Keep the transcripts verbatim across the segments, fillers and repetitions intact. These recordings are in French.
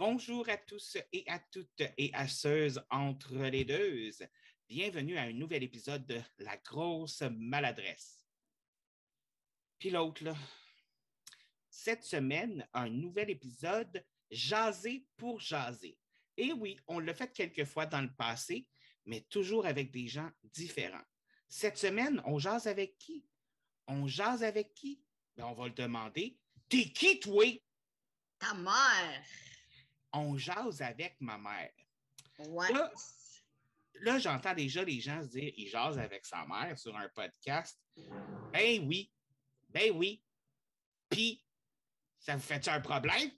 Bonjour à tous et à toutes et à ceux entre les deux. Bienvenue à un nouvel épisode de La Grosse Maladresse. Puis l'autre, là. Cette semaine, un nouvel épisode Jaser pour jaser. Et oui, on l'a fait quelques fois dans le passé, mais toujours avec des gens différents. Cette semaine, on jase avec qui? On jase avec qui? Ben, on va le demander. T'es qui, toi? Ta mère. On jase avec ma mère. Ouais. Là, là, j'entends déjà les gens se dire il jase avec sa mère sur un podcast. Ben oui, ben oui. Puis, ça vous fait-tu un problème?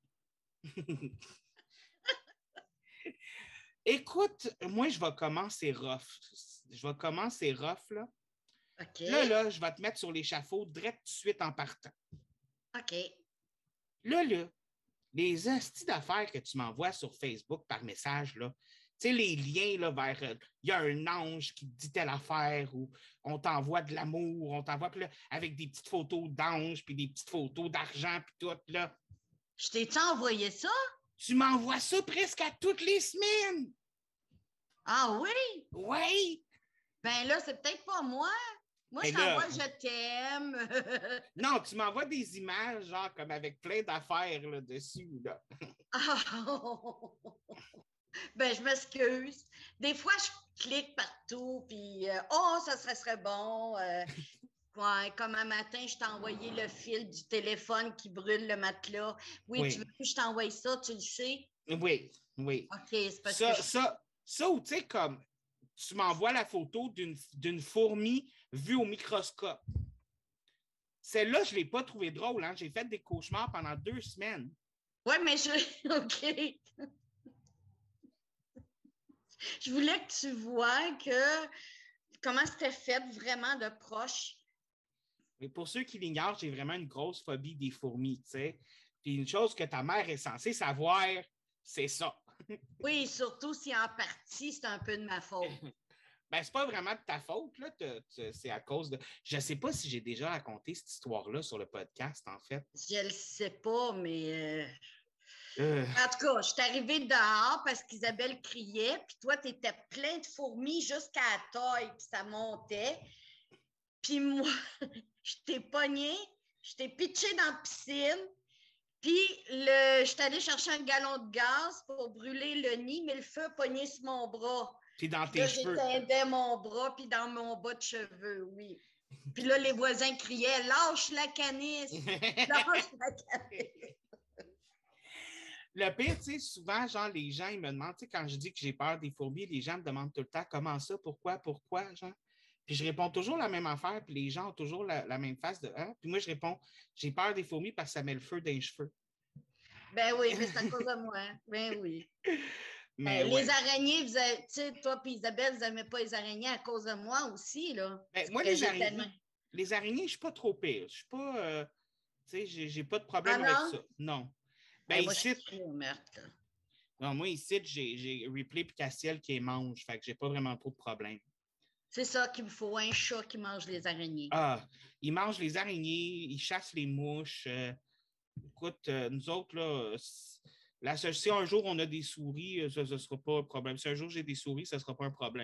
Écoute, moi, je vais commencer rough. Je vais commencer rough, là. OK. Là, là, je vais te mettre sur l'échafaud direct tout de suite en partant. OK. Là, là, les hosties d'affaires que tu m'envoies sur Facebook par message, là, tu sais, les liens là, vers il euh, y a un ange qui te dit telle affaire ou on t'envoie de l'amour, on t'envoie là, avec des petites photos d'ange puis des petites photos d'argent puis tout, là. Je t'ai-tu envoyé ça? Tu m'envoies ça presque à toutes les semaines. Ah oui? Oui. Ben là, c'est peut-être pas moi. Moi, Mais je t'envoie là, je t'aime. non, tu m'envoies des images, genre, comme avec plein d'affaires là, dessus, là. Ben, je m'excuse. Des fois, je clique partout, puis euh, oh, ça serait, serait bon. Euh, ouais, comme un matin, je t'ai envoyé le fil du téléphone qui brûle le matelas. Oui, Oui. tu veux que je t'envoie ça, tu le sais? Oui, oui. OK, c'est parce ça, que je... Ça, ça, ou tu sais, comme tu m'envoies la photo d'une, d'une fourmi vue au microscope. Celle-là, je ne l'ai pas trouvée drôle. Hein? J'ai fait des cauchemars pendant deux semaines. Oui, mais je... OK. Je voulais que tu vois que comment c'était fait vraiment de proche. Mais pour ceux qui l'ignorent, j'ai vraiment une grosse phobie des fourmis, tu sais. Puis une chose que ta mère est censée savoir, c'est ça. Oui, surtout si en partie, c'est un peu de ma faute. Ben, c'est pas vraiment de ta faute, là. C'est à cause de. Je sais pas si j'ai déjà raconté cette histoire-là sur le podcast, en fait. Je le sais pas, mais. Euh... Euh... En tout cas, je suis arrivée dehors parce qu'Isabelle criait, puis toi, tu étais plein de fourmis jusqu'à la taille, puis ça montait. Puis moi, je t'ai pogné, je t'ai pitché dans la piscine, puis le... je suis allée chercher un gallon de gaz pour brûler le nid, mais le feu a pogné sur mon bras. Puis dans Puis tes là, cheveux. j'éteindais mon bras, puis dans mon bas de cheveux, oui. Puis là, les voisins criaient « Lâche la canisse! Lâche la canisse! » Le pire, tu sais, souvent, genre, les gens, ils me demandent, tu sais, quand je dis que j'ai peur des fourmis, les gens me demandent tout le temps comment ça, pourquoi, pourquoi, genre. Puis je réponds toujours la même affaire, puis les gens ont toujours la, la même face de hein? Puis moi, je réponds, j'ai peur des fourmis parce que ça met le feu dans les cheveux. Ben oui, mais c'est à cause de moi. Ben oui. Mais euh, ouais. Les araignées, tu sais, toi et Isabelle, vous n'aimez pas les araignées à cause de moi aussi, là. Ben, moi, les araignées, tellement... les araignées, je ne suis pas trop pire. Je suis pas, euh, tu sais, j'ai, j'ai pas de problème ah, avec ça. Non. Ben, hey, moi, ici, je suis au meurtre. Non, moi, ici, j'ai, j'ai Ripley et Castiel qui les mangent, fait que j'ai pas vraiment trop de problème. C'est ça qu'il me faut, un chat qui mange les araignées. Ah, ils mangent les araignées, ils chassent les mouches. Euh, écoute, euh, nous autres, là, la, si un jour on a des souris, ça ne sera pas un problème. Si un jour j'ai des souris, ça ne sera pas un problème.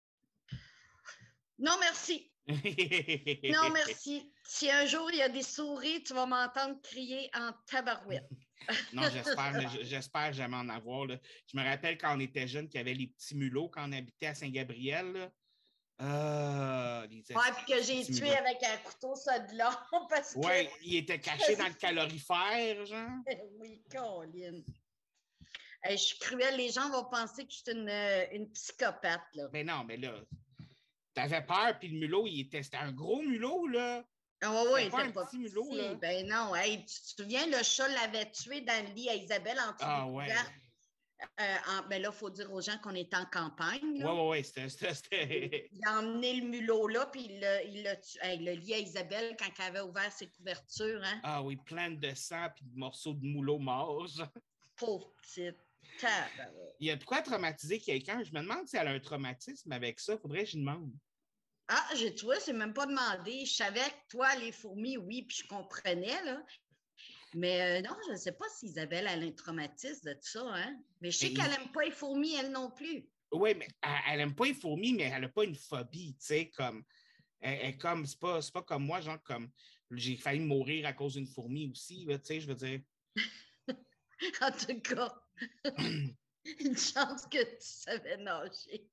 Non, merci. Non, merci. Si un jour il y a des souris, tu vas m'entendre crier en tabarouette. Non, j'espère, j'espère jamais en avoir. Là. Je me rappelle quand on était jeunes qu'il y avait les petits mulots quand on habitait à Saint-Gabriel. Là. Euh, oui, puis que j'ai tué mulots. Avec un couteau Sodlon. Parce oui, que... il était caché dans le calorifère, genre. Oui, Colin. Hey, je suis cruelle. Les gens vont penser que je suis une, une psychopathe. Là. Mais non, mais là, t'avais peur, puis le mulot, il était, c'était un gros mulot, là. Ah oui, oui, pas un pas petit mulot, là. Ben non, hey, tu te souviens, le chat l'avait tué dans le lit à Isabelle en dessous ah, des ouais. Euh, en, ben là, il faut dire aux gens qu'on est en campagne. Oui, oui, oui, c'était, c'était... Il a emmené le mulot là, puis il l'a, il l'a tué. Hey, le lit à Isabelle quand elle avait ouvert ses couvertures. Hein? Ah oui, plein de sang puis de morceaux de moulot morts. Pauvre petite. Il y a de quoi traumatiser quelqu'un. Je me demande si elle a un traumatisme avec ça. Faudrait que je demande. Ah, j'ai trouvé, c'est même pas demandé. Je savais que toi, les fourmis, oui, puis je comprenais, là. Mais euh, non, je ne sais pas si Isabelle a un traumatisme de tout ça, hein? Mais je sais Mais qu'elle il- n'aime pas les fourmis, elle non plus. Oui, mais elle n'aime pas les fourmis, mais elle n'a pas une phobie, tu sais, comme, elle, elle comme, c'est pas, c'est pas comme moi, genre, comme, j'ai failli mourir à cause d'une fourmi aussi, là, tu sais, je veux dire. En tout cas, une chance que tu savais nager.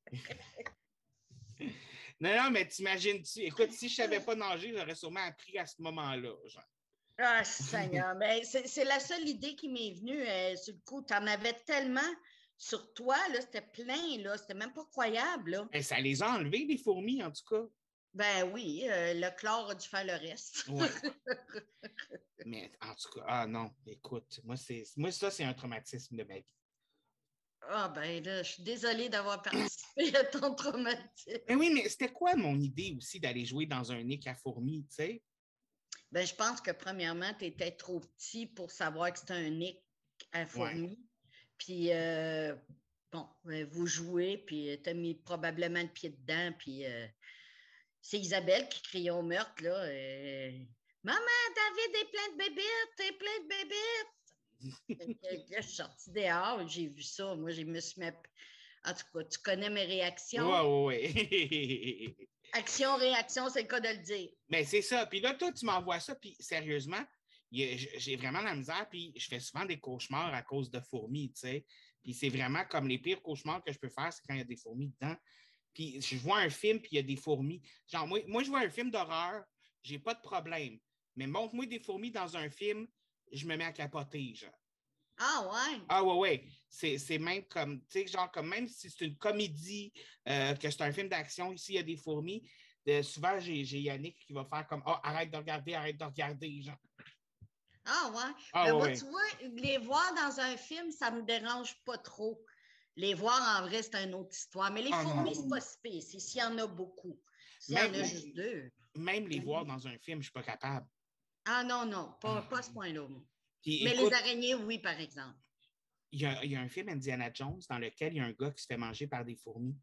Non, non, mais t'imagines-tu, écoute, si je savais pas nager, j'aurais sûrement appris à ce moment-là, genre. Ah, Seigneur, mais c'est c'est la seule idée qui m'est venue euh, sur le coup. Tu en avais tellement sur toi, là, c'était plein, là, c'était même pas croyable, là. Ben, ça les a enlevés, les fourmis, en tout cas. Ben oui, euh, le chlore a dû faire le reste. Ouais. Mais en tout cas, ah non, écoute, moi, c'est, moi ça, c'est un traumatisme de ma vie. Ah ben là, je suis désolée d'avoir participé à ton traumatisme. Ben oui, mais c'était quoi mon idée aussi d'aller jouer dans un nick à fourmis, tu sais? Ben, je pense que premièrement, tu étais trop petit pour savoir que c'était un nick à Ouais. fourmis. Puis, euh, bon, ben, vous jouez, puis tu as mis probablement le pied dedans. Puis, euh, c'est Isabelle qui criait au meurtre, là. euh, Maman, David est plein de bébites, t'es plein de bébites. Fait que, là, je suis sortie dehors, j'ai vu ça. Moi, je me suis mis. En tout cas, tu connais mes réactions. Ouais, ouais, ouais. Action, réaction, c'est le cas de le dire. Ben, c'est ça. Puis là, toi, tu m'envoies ça, puis sérieusement, il y a- j'ai vraiment la misère, puis je fais souvent des cauchemars à cause de fourmis, tu sais. Puis c'est vraiment comme les pires cauchemars que je peux faire, c'est quand il y a des fourmis dedans. Puis je vois un film, puis il y a des fourmis. Genre, moi, moi je vois un film d'horreur, j'ai pas de problème. Mais montre-moi des fourmis dans un film, je me mets à capoter, genre. Ah ouais? Ah ouais, ouais. C'est, c'est même comme, tu sais, genre, comme même si c'est une comédie, euh, que c'est un film d'action, ici, il y a des fourmis. Euh, souvent, j'ai, j'ai Yannick qui va faire comme, oh, arrête de regarder, arrête de regarder, genre. Ah ouais? Ah Ben ouais, moi, ouais. tu vois, les voir dans un film, ça me dérange pas trop. Les voir en vrai, c'est une autre histoire. Mais les Ah fourmis, c'est non. pas si pire. C'est s'il y en a beaucoup. S'il y en Même, a juste deux. même les voir dans un film, je suis pas capable. Ah non, non, pas, Ah. pas à ce point-là. Moi. Puis Mais les écoute, araignées, oui, par exemple. il y a, il y a un film Indiana Jones dans lequel il y a un gars qui se fait manger par des fourmis.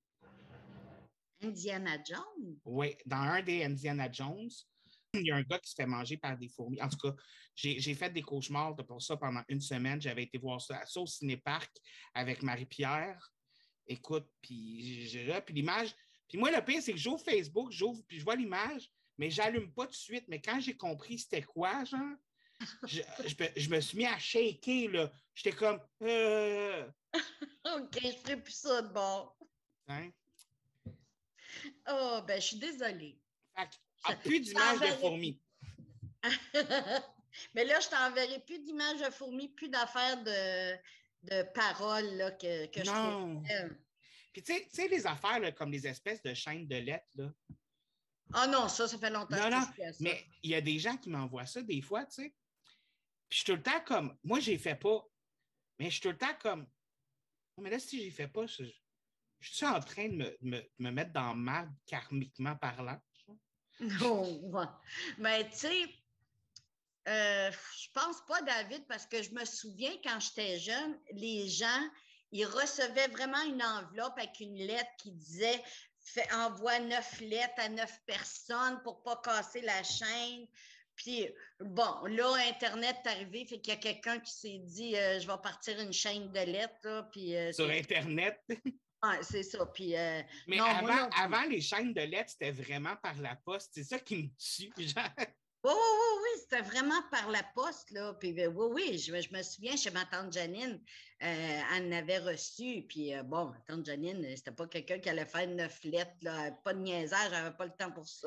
Indiana Jones? Oui, dans un des Indiana Jones, il y a un gars qui se fait manger par des fourmis. En tout cas, j'ai, j'ai fait des cauchemars pour ça pendant une semaine. J'avais été voir ça, ça au Cinéparc avec Marie-Pierre. Écoute, puis, je, puis l'image. Puis moi, le pire, c'est que j'ouvre Facebook, j'ouvre, puis je vois l'image, mais j'allume pas tout de suite. Mais quand j'ai compris c'était quoi, genre, je, je, je me suis mis à shaker, là. J'étais comme. Euh... OK, je ferai plus ça de bord. Hein? Oh, ben, je suis désolée. Fait que, ah, plus d'images de fourmis. Mais là, je t'enverrai plus d'images de fourmis, plus d'affaires de, de paroles là, que, que je trouve. Non. Puis, tu sais- tu sais, les affaires là, comme les espèces de chaînes de lettres, là. Ah non, ça, ça fait longtemps Non, que je non, touche plus à ça. mais il y a des gens qui m'envoient ça des fois, tu sais. Puis, je suis tout le temps comme, moi, je les fais pas. Mais je suis tout le temps comme, oh, mais là, si je les fais pas, je, je suis en train de me, me, me mettre dans le marde karmiquement parlant. Non, ouais. Mais tu sais, euh, je pense pas, David, parce que je me souviens quand j'étais jeune, les gens, ils recevaient vraiment une enveloppe avec une lettre qui disait fait, envoie neuf lettres à neuf personnes pour pas casser la chaîne. Puis, bon, là, Internet est arrivé, fait qu'il y a quelqu'un qui s'est dit euh, je vais partir une chaîne de lettres. Là, puis, euh, Sur c'est... Internet. Ah, c'est ça. Puis, euh, Mais non, avant, moi non plus. avant, les chaînes de lettres, c'était vraiment par la poste. C'est ça qui me tue. Genre. Oui, oui, oui, oui, c'était vraiment par la poste, là. Puis oui, oui, je, je me souviens, chez ma tante Janine, euh, elle en avait reçu. Puis euh, bon, ma tante Janine, c'était pas quelqu'un qui allait faire neuf lettres, là. Pas de niaisage, elle n'avait pas le temps pour ça.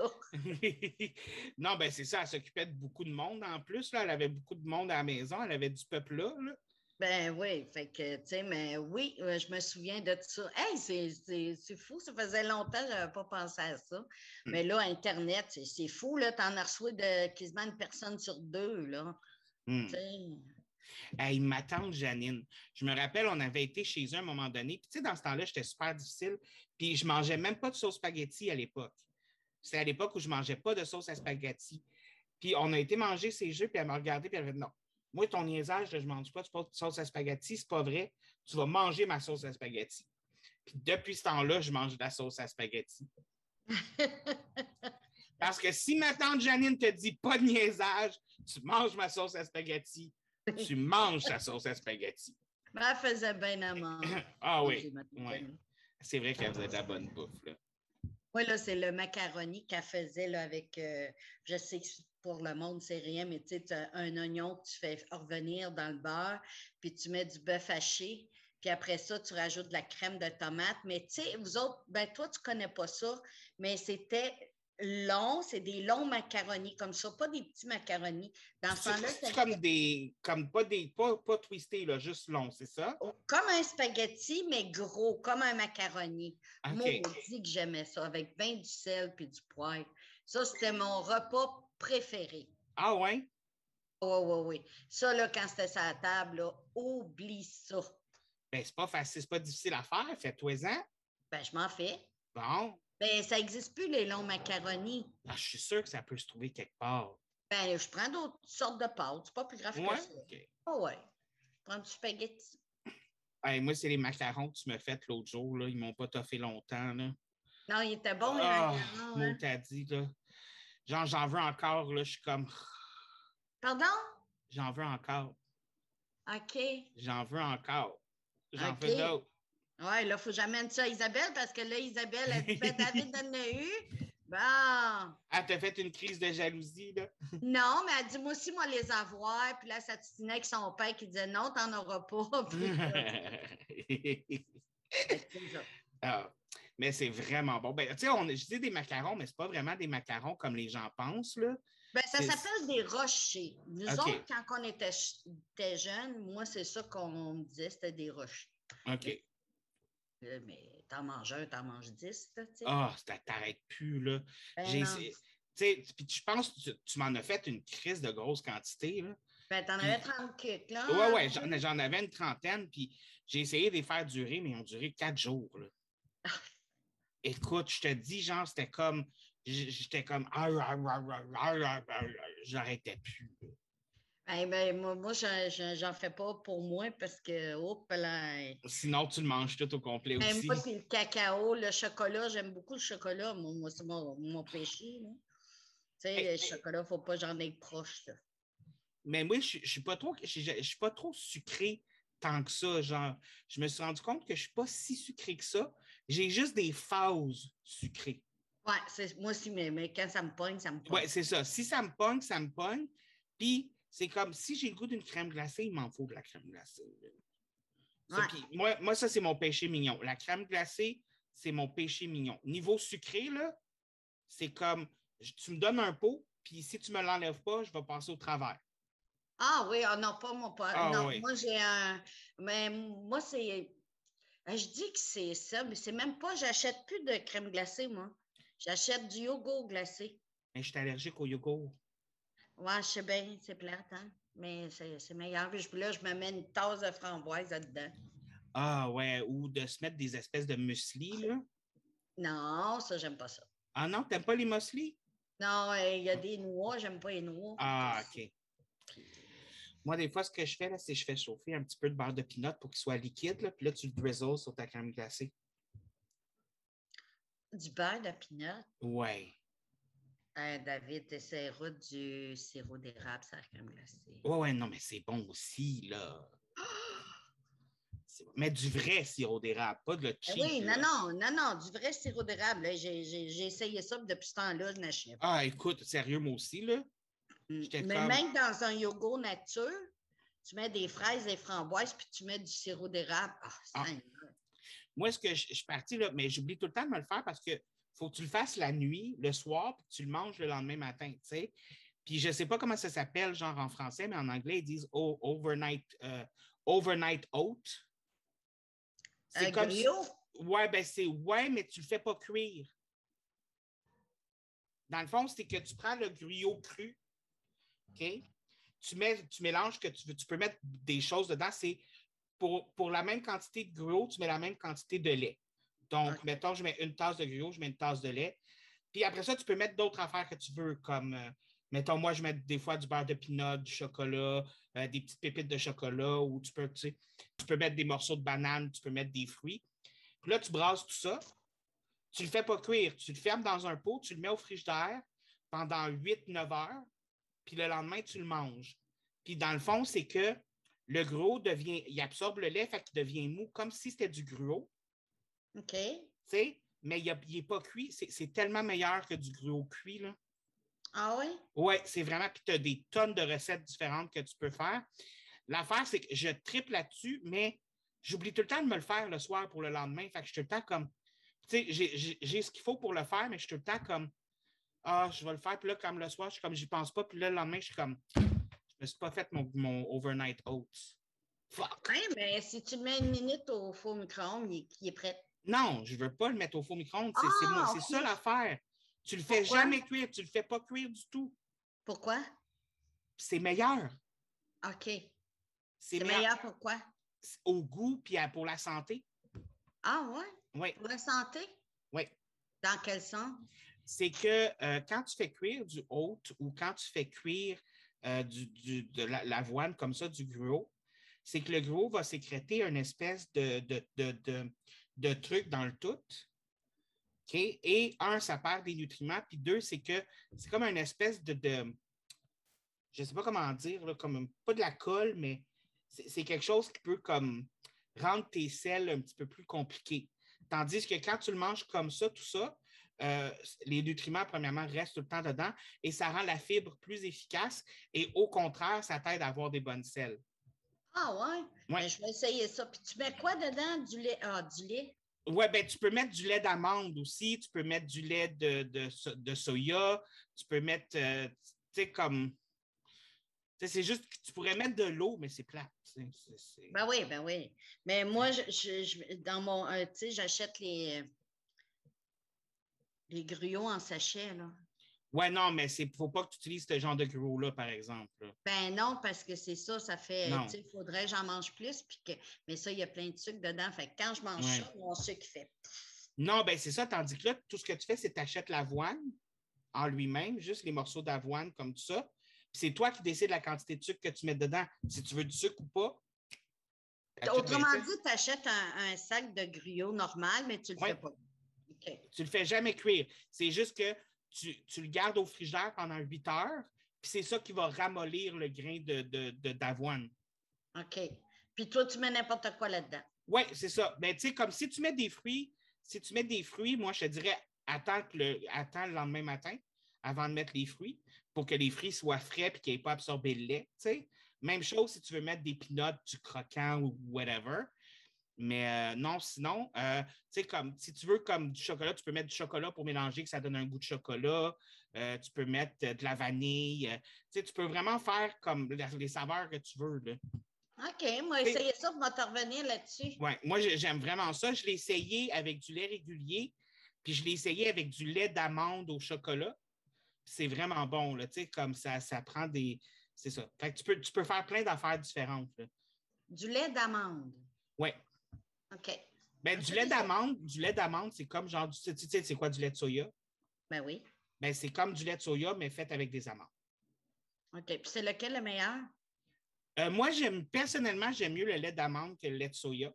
Non, ben c'est ça, elle s'occupait de beaucoup de monde en plus. Là. Elle avait beaucoup de monde à la maison, elle avait du peuple là. là. Ben oui, fait que, tu sais, mais oui, euh, je me souviens de tout ça. Hey, c'est, c'est, c'est fou, ça faisait longtemps que je n'avais pas pensé à ça. Mais là, Internet, c'est, c'est fou, là, t'en as reçu de quasiment une personne sur deux, là. Hmm. Tu sais. Hey, ma tante Janine, je me rappelle, on avait été chez eux à un moment donné. Puis, tu sais, dans ce temps-là, j'étais super difficile. Puis, je mangeais même pas de sauce spaghetti à l'époque. C'était à l'époque où je mangeais pas de sauce à spaghetti. Puis, on a été manger ces jeux, puis elle m'a regardé, puis elle a fait non. Moi, ton niaisage, je ne mange pas de sauce à spaghetti, c'est pas vrai. Tu vas manger ma sauce à spaghetti. Puis, depuis ce temps-là, je mange de la sauce à spaghetti. Parce que si ma tante Janine te dit pas de niaisage, Tu manges ma sauce à spaghetti. Tu manges sa sauce à spaghetti. Mais elle faisait bien à manger. Ah oui, ouais. C'est vrai qu'elle faisait de la bonne bouffe. Là. Oui, là, c'est le macaroni qu'elle faisait là, avec, euh, je sais que pour le monde, c'est rien, mais tu sais, un oignon que tu fais revenir dans le beurre, puis tu mets du bœuf haché, puis après ça, tu rajoutes de la crème de tomate. Mais tu sais, vous autres, ben toi, tu connais pas ça, mais c'était long, c'est des longs macaronis comme ça, pas des petits macaronis. Dans ce temps-là, c'est comme des, comme pas des, pas, pas twistés, là, juste longs, c'est ça? Comme un spaghetti, mais gros, comme un macaroni. Okay. Moi, je dis que j'aimais ça, avec bien du sel puis du poivre. Ça, c'était mon repas préféré. Ah ouais? Oui, oui, oui. Ça, là, quand c'était sur la table, là, oublie ça. Ben, c'est pas facile, c'est pas difficile à faire, fais-toi-en. Ben, je m'en fais. Bon. Ben, ça n'existe plus, les longs macaronis. Ah, je suis sûr que ça peut se trouver quelque part. Ben, je prends d'autres sortes de pâtes. C'est pas plus grave ouais? que ça. Okay. Oh, ouais. Je prends du spaghetti. Hey, moi, c'est les macarons que tu m'as fait l'autre jour. Là. Ils m'ont pas toffé longtemps. Là. Non, il était bon, oh, les macarons. Mon Hein? t'as dit, là. Genre, j'en veux encore. Là. Je suis comme. Pardon? J'en veux encore. OK. J'en veux encore. J'en okay. veux d'autres. Oui, là, il faut que j'amène ça à Isabelle parce que là, Isabelle, elle dit, ben, David en a eu. Bon. Elle t'a fait une crise de jalousie, là? Non, mais elle dit, moi aussi, moi, les avoir. Puis là, ça tinait avec son père qui disait, non, t'en auras pas. ah, mais c'est vraiment bon. Ben, tu sais, je dis des macarons, mais c'est pas vraiment des macarons comme les gens pensent, là. Ben, ça s'appelle des rochers. Nous okay. autres, quand on était, était jeunes, moi, c'est ça qu'on me disait, c'était des rochers. OK. Mais, mais t'en manges un, t'en manges dix, tu sais. Ah, oh, ça t'arrête plus, là. Ben J'ai essayé. Tu sais, puis je pense que tu, tu m'en as fait une crise de grosse quantité, là. Ben, t'en avais trente kicks, là. Oui, oui, j'en, j'en avais une trentaine, puis j'ai essayé de les faire durer, mais ils ont duré quatre jours, là. Écoute, je te dis, genre, c'était comme, j'étais comme, j'arrêtais plus. Eh ben, moi, moi j'en fais pas pour moi parce que, oh, là. Sinon, tu le manges tout au complet ben, aussi. Moi, c'est le cacao, le chocolat. J'aime beaucoup le chocolat. Moi, moi c'est mon, mon péché. Tu sais, hey, le chocolat, il ne faut pas que j'en ai proche. Là. Mais moi, je ne suis pas trop, je, je suis pas trop sucré tant que ça. Genre, je me suis rendu compte que je ne suis pas si sucré que ça. J'ai juste des phases sucrées. Oui, moi aussi, mais, mais quand ça me pogne, ça me pogne. Oui, c'est ça. Si ça me pogne, ça me pogne. Puis, c'est comme si j'ai le goût d'une crème glacée, il m'en faut de la crème glacée. Ça, ouais. puis, moi, moi, ça, c'est mon péché mignon. La crème glacée, c'est mon péché mignon. Niveau sucré, là, c'est comme, tu me donnes un pot, puis si tu ne me l'enlèves pas, je vais passer au travers. Ah oui, oh non, pas mon pas. Ah, non, oui. moi, j'ai un. Mais moi, c'est. Je dis que c'est ça, mais c'est même pas. J'achète plus de crème glacée, moi. J'achète du yogourt glacé. Mais je suis allergique au yogourt. Ouais, je sais bien, c'est plate, hein? Mais c'est meilleur. Puis là, je me mets une tasse de framboise là-dedans. Ah ouais, ou de se mettre des espèces de muesli, là. Non, ça, j'aime pas ça. Ah non, t'aimes pas les muesli? Non, il y a des noix, j'aime pas les noix. Ah, OK. Moi, des fois, ce que je fais, là, c'est que je fais chauffer un petit peu de beurre de pinot pour qu'il soit liquide, là, puis là, tu le drizzles sur ta crème glacée. Du beurre de pinot? Ouais. Euh, David, t'essaieras du sirop d'érable sur la crème glacée. Ouais, ouais, non, mais c'est bon aussi, là. Mais du vrai sirop d'érable, pas de le cheap. Oui, non, là. non, non, non, du vrai sirop d'érable. J'ai essayé ça, depuis ce temps-là, je n'achète pas. Ah, écoute, sérieux, moi aussi, là. Mais comme... même dans un yogourt nature, tu mets des fraises, des framboises, puis tu mets du sirop d'érable. Ah, ah. Moi, ce que je, je suis partie, là, mais j'oublie tout le temps de me le faire parce que faut que tu le fasses la nuit, le soir, puis que tu le manges le lendemain matin, tu sais. Puis je ne sais pas comment ça s'appelle, genre en français, mais en anglais, ils disent oh, overnight, uh, overnight oat. C'est comme griot? Ouais, ben c'est ouais, mais tu ne le fais pas cuire. Dans le fond, c'est que tu prends le griot cru, OK? Tu, mets, tu mélanges que tu veux, tu peux mettre des choses dedans. C'est pour, pour la même quantité de griot, tu mets la même quantité de lait. Donc, okay. mettons, je mets une tasse de griot, je mets une tasse de lait. Puis après ça, tu peux mettre d'autres affaires que tu veux, comme, euh, mettons, moi, je mets des fois du beurre de pinot, du chocolat, euh, des petites pépites de chocolat, ou tu peux, tu sais, tu peux mettre des morceaux de banane, tu peux mettre des fruits. Puis là, tu brasses tout ça. Tu ne le fais pas cuire. Tu le fermes dans un pot, tu le mets au frigidaire pendant huit neuf heures. puis le lendemain, tu le manges. Puis dans le fond, c'est que le gruau devient, il absorbe le lait, fait qu'il devient mou, comme si c'était du gruau. OK. Tu sais, mais il n'est pas cuit. C'est, c'est tellement meilleur que du gruau cuit, là. Ah oui? Oui, c'est vraiment. Puis tu as des tonnes de recettes différentes que tu peux faire. L'affaire, c'est que je triple là-dessus, mais j'oublie tout le temps de me le faire le soir pour le lendemain. Fait que je suis tout le temps comme. Tu sais, j'ai, j'ai, j'ai ce qu'il faut pour le faire, mais je suis tout le temps comme. Ah, je vais le faire. Puis là, comme le soir, je suis comme, j'y pense pas. Puis là, le lendemain, je suis comme. Je me suis pas fait mon, mon overnight oats. Fuck. Oui, mais si tu le mets une minute au four micro-ondes, il, il est prêt. Non, je veux pas le mettre au four micro-ondes. C'est, c'est, moi, Ah, c'est OK. ça l'affaire. Tu le fais Pourquoi? jamais cuire. Tu le fais pas cuire du tout. Pourquoi? C'est meilleur. OK. C'est, C'est meilleur, meilleur pourquoi? au goût puis à- pour la santé. Ah ouais? Oui. Pour la santé? Oui. Dans quel sens? C'est que euh, quand tu fais cuire du oat ou quand tu fais cuire euh, du, du, de la, l'avoine comme ça, du gruau, c'est que le gruau va sécréter une espèce de, de, de, de, de truc dans le tout. Okay? Et un, ça perd des nutriments. Puis deux, c'est que c'est comme une espèce de, de je ne sais pas comment dire, là, comme pas de la colle, mais c'est, c'est quelque chose qui peut comme rendre tes selles un petit peu plus compliquées. Tandis que quand tu le manges comme ça, tout ça, euh, les nutriments, premièrement, restent tout le temps dedans et ça rend la fibre plus efficace et au contraire, ça t'aide à avoir des bonnes selles. Ah ouais? Ouais. Ben, je vais essayer ça. Puis tu mets quoi dedans? Du lait? Ah, du lait? Oui, ben, tu peux mettre du lait d'amande aussi, tu peux mettre du lait de, de, de soya, tu peux mettre, euh, tu sais, comme. T'sais, c'est juste que tu pourrais mettre de l'eau, mais c'est plate. C'est, c'est... Ben oui, ben oui. Mais moi, je, je, je- dans mon, euh, tu sais, j'achète les, les gruots en sachet, là. Ouais, non, mais il ne faut pas que tu utilises ce genre de gruau-là, par exemple. Là. Ben non, parce que c'est ça, ça fait, Non. tu sais, il faudrait que j'en mange plus, puis que, mais ça, il y a plein de sucre dedans. Fait que quand je mange Ouais. ça, mon sucre fait. Non, ben c'est ça, tandis que là, tout ce que tu fais, c'est que tu achètes l'avoine en lui-même, juste les morceaux d'avoine comme ça. Puis c'est toi qui décides la quantité de sucre que tu mets dedans. Si tu veux du sucre ou pas. Autrement dit, tu achètes un, un sac de gruau normal, mais tu ne le ouais. fais pas. Okay. Tu ne le fais jamais cuire. C'est juste que tu, tu le gardes au frigidaire pendant huit heures, puis c'est ça qui va ramollir le grain de, de, de, d'avoine. OK. Puis toi, tu mets n'importe quoi là-dedans. Oui, c'est ça. Mais tu sais, comme si tu mets des fruits, si tu mets des fruits, moi, je te dirais, attends, que le, attends le lendemain matin avant de mettre les fruits pour que les fruits soient frais et qu'ils n'aient pas absorbé le lait. T'sais. Même chose si tu veux mettre des peanuts, du croquant ou whatever. Mais euh, non, sinon, euh, tu sais, comme si tu veux comme du chocolat, tu peux mettre du chocolat pour mélanger, que ça donne un goût de chocolat. Euh, tu peux mettre euh, de la vanille. Euh, tu sais, tu peux vraiment faire comme les saveurs que tu veux. Là. OK, moi, essayer ça pour te revenir là-dessus. Oui, moi, j'aime vraiment ça. Je l'ai essayé avec du lait régulier, puis je l'ai essayé avec du lait d'amande au chocolat. C'est vraiment bon, là, tu sais, comme ça, ça prend des... C'est ça. Fait que tu peux, tu peux faire plein d'affaires différentes. Là. Du lait d'amande? Oui. OK. Ben, du lait d'amande, du lait d'amande, c'est comme genre, tu sais, tu sais, c'est quoi du lait de soya? Ben oui. Ben, c'est comme du lait de soya, mais fait avec des amandes. OK. Puis c'est lequel le meilleur? Euh, moi, j'aime, personnellement, j'aime mieux le lait d'amande que le lait de soya.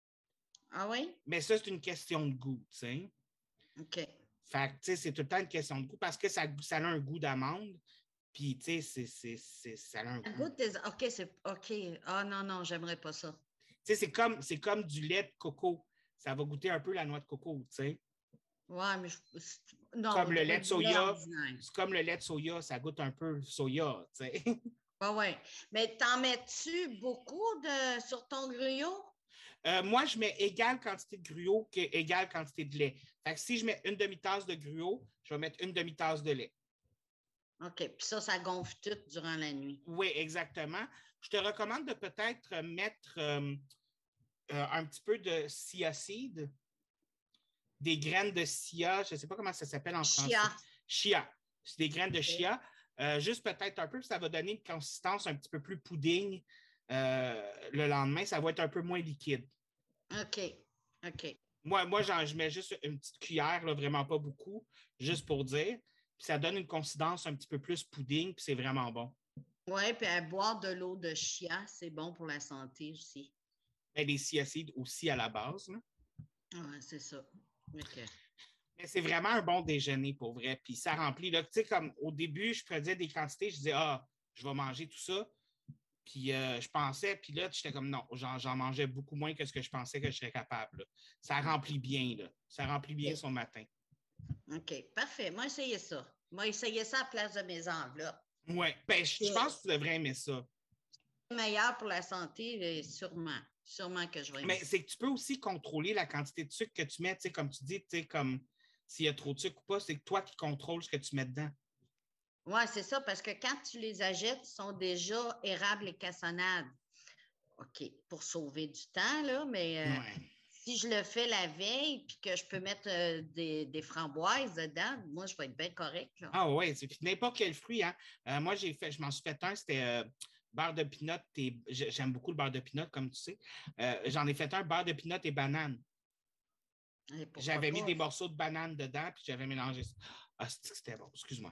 Ah oui? Mais ça, c'est une question de goût, tu sais. OK. Fait que, tu sais, c'est tout le temps une question de goût parce que ça, ça a un goût d'amande. Puis, tu sais, c'est, c'est, c'est, ça a un goût. goût des... OK, c'est... OK. Ah non, non, j'aimerais pas ça. Tu sais, c'est comme, c'est comme du lait de coco. Ça va goûter un peu la noix de coco, tu sais. Ouais, mais je... non, comme le lait de soya. Lait c'est comme le lait de soya, ça goûte un peu soya, tu sais. Ah ouais. Mais t'en mets-tu beaucoup de, sur ton gruau? Euh, moi, je mets égale quantité de gruau qu'égale quantité de lait. Fait que si je mets une demi-tasse de gruau, je vais mettre une demi-tasse de lait. OK. Puis ça, ça gonfle tout durant la nuit. Oui, exactement. Je te recommande de peut-être mettre euh, euh, un petit peu de chia seed, des graines de chia, je ne sais pas comment ça s'appelle en français. Chia. Chia. C'est des graines de chia. Euh, juste peut-être un peu, ça va donner une consistance un petit peu plus pudding. Euh, le lendemain, ça va être un peu moins liquide. OK. OK. Moi, moi genre, je mets juste une petite cuillère, là, vraiment pas beaucoup, juste pour dire. Puis ça donne une consistance un petit peu plus pudding, puis c'est vraiment bon. Oui, puis à boire de l'eau de chia, c'est bon pour la santé aussi. Ben, les chia seeds aussi à la base. Oui, c'est ça. OK. Mais c'est vraiment un bon déjeuner pour vrai. Puis ça remplit. Tu sais, comme au début, je faisais des quantités, je disais, ah, je vais manger tout ça. Puis euh, je pensais, puis là, j'étais comme non, j'en, j'en mangeais beaucoup moins que ce que je pensais que je serais capable. Là. Ça remplit bien, là. Ça remplit bien OK. son matin. OK, parfait. Moi, essayez ça. Moi, essayez ça à la place de mes enveloppes. Oui, ben, je, je pense que tu devrais aimer ça. C'est meilleur pour la santé, sûrement. Sûrement que je vais aimer Mais ça. c'est que tu peux aussi contrôler la quantité de sucre que tu mets, tu sais, comme tu dis, tu sais, comme s'il y a trop de sucre ou pas, c'est toi qui contrôles ce que tu mets dedans. Oui, c'est ça, parce que quand tu les achètes, ils sont déjà érables et cassonades. OK, pour sauver du temps, là, mais euh, Ouais. si je le fais la veille puis que je peux mettre euh, des, des framboises dedans, moi, je vais être bien correct, là. Ah ouais, c'est puis n'importe quel fruit, hein. Euh, moi, j'ai fait, je m'en suis fait un, c'était euh, beurre de pinot et j'aime beaucoup le beurre de pinot, comme tu sais. Euh, j'en ai fait un beurre de pinot et banane. Et pourquoi J'avais mis pas? des morceaux de banane dedans, puis j'avais mélangé ça. Ah, c'était bon, excuse-moi.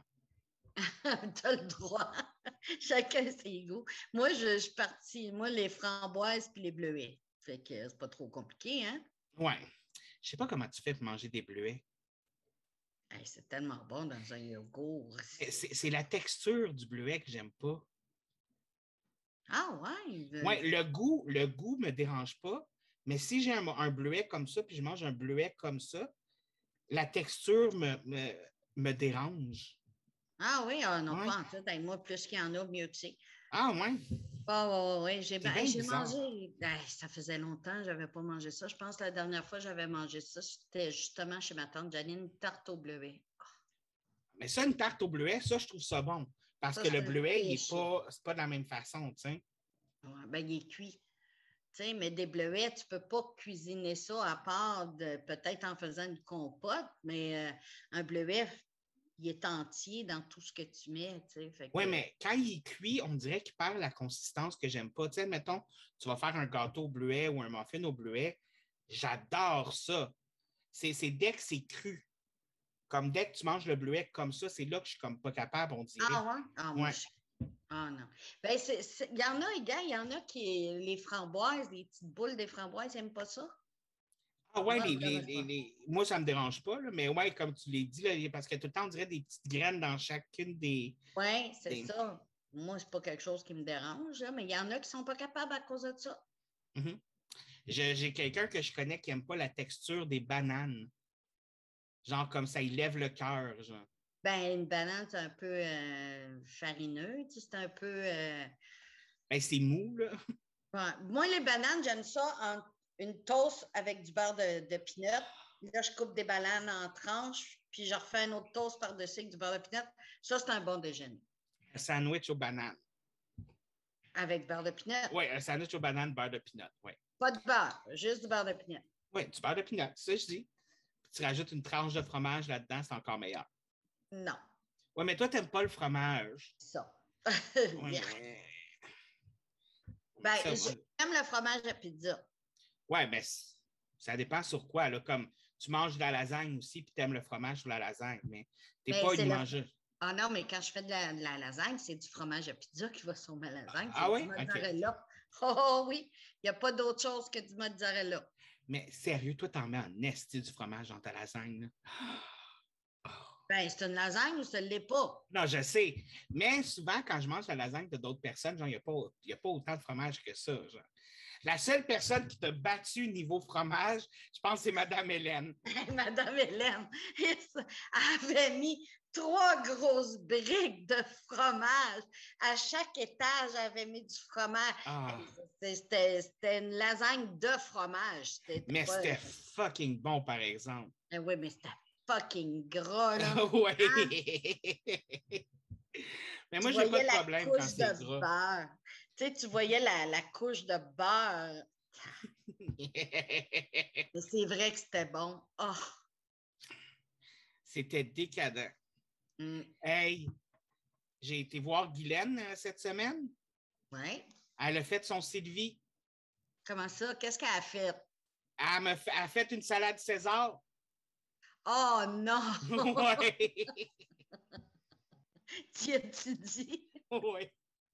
Tu as le droit. Chacun ses goûts. Moi, je, je suis partie. Moi, les framboises puis les bleuets. Fait que c'est pas trop compliqué, hein? Ouais. Je sais pas comment tu fais pour manger des bleuets. Hey, c'est tellement bon dans un yogourt. C'est, c'est la texture du bleuet que j'aime pas. Ah ouais? Ouais, euh, le goût, le goût me dérange pas, mais si j'ai un, un bleuet comme ça, puis je mange un bleuet comme ça, la texture me, me, me dérange. Ah oui, ah non, Ouais. pas en tout. Hey, moi, plus qu'il y en a, mieux que c'est. Ah ouais, Ah oui, oui, oui. J'ai c'est ben, hey, bien j'ai bizarre. mangé. Hey, ça faisait longtemps que je n'avais pas mangé ça. Je pense que la dernière fois que j'avais mangé ça, c'était justement chez ma tante Janine, une tarte au bleuet. Mais ça, une tarte au bleuet, ça, je trouve ça bon. Parce Ça, que le c'est un bleuet, il est péché. pas, c'est pas de la même façon, tu sais. Ouais, ben, il est cuit. Tu sais, mais des bleuets, tu ne peux pas cuisiner ça à part de peut-être en faisant une compote, mais euh, un bleuet, il est entier dans tout ce que tu mets. Tu sais, fait Oui, que, mais quand il est cuit, on dirait qu'il perd la consistance que j'aime pas. Tu sais, mettons, tu vas faire un gâteau au bleuet ou un muffin au bleuet. J'adore ça. C'est, c'est dès que c'est cru. Comme dès que tu manges le bleuet comme ça, c'est là que je suis comme pas capable, on dirait. ah ouais? Ah, moi, Ouais. je... Ah non. Ben, c'est, c'est... il y en a, gars, il y en a qui, les framboises, les petites boules des framboises, ils n'aiment pas ça. Ah ouais, Moi, les, ça me les, dérange les, pas. les- moi, ça me dérange pas, là, mais ouais, comme tu l'as dit, là, parce que tout le temps, on dirait des petites graines dans chacune des. Oui, c'est des... ça. Moi, c'est pas quelque chose qui me dérange, là, mais il y en a qui sont pas capables à cause de ça. Mhm. Je- j'ai quelqu'un que je connais qui n'aime pas la texture des bananes. Genre comme ça, il lève le cœur, genre. Ben, une banane, c'est un peu euh, farineux, tu sais, c'est un peu... euh, Ben, c'est mou, là. ouais. Moi, les bananes, j'aime ça en une toast avec du beurre de, de pinot. Là, je coupe des bananes en tranches, puis je refais un autre toast par-dessus avec du beurre de pinot. Ça, c'est un bon déjeuner. Un sandwich aux bananes. Avec du beurre de pinot. Oui, un sandwich aux bananes, beurre de pinot. Oui. Pas de beurre, juste du beurre de pinot. Oui, du beurre de pinot, c'est ça je dis. Puis tu rajoutes une tranche de fromage là-dedans, c'est encore meilleur. Non, Oui, mais toi, tu n'aimes pas le fromage. ça. Oui, Yeah. mais. Ben, Ça, j'aime le fromage à pizza. ouais, mais ça dépend sur quoi. Là, comme tu manges de la lasagne aussi, puis tu aimes le fromage sur la lasagne, mais tu n'es Mais pas c'est une le... mangeuse. Ah non, mais quand je fais de la, de la lasagne, c'est du fromage à pizza qui va sur ma lasagne. Ah C'est du oui? OK. mozzarella. Oh, oh oui, il n'y a pas d'autre chose que du mozzarella. Mais sérieux, toi, t'en mets en esti du fromage dans ta lasagne. Là. Ben, c'est une lasagne ou ça ne l'est pas? Non, je sais. Mais souvent, quand je mange la lasagne de d'autres personnes, genre, il n'y a, pas- il y a pas autant de fromage que ça. Genre. La seule personne qui t'a battu niveau fromage, je pense, c'est Madame Hélène. Madame Hélène avait mis trois grosses briques de fromage. À chaque étage, elle avait mis du fromage. Ah, C'était, c'était une lasagne de fromage. C'était mais pas... c'était fucking bon, par exemple. Ben oui, mais c'était fucking gras, là. Hein? Oui. Mais Tu moi, j'ai pas voyais de la problème quand couche c'est de gras. beurre. Tu sais, tu voyais la, la couche de beurre. Mais c'est vrai que c'était bon. Oh! C'était décadent. Mm. Hey, j'ai été voir Guylaine euh, cette semaine. Ouais. Elle a fait son Sylvie. Comment ça? Qu'est-ce qu'elle a fait? Elle, me fait, elle a fait une salade César. Oh non! Oui. Tu as-tu dit? Oui.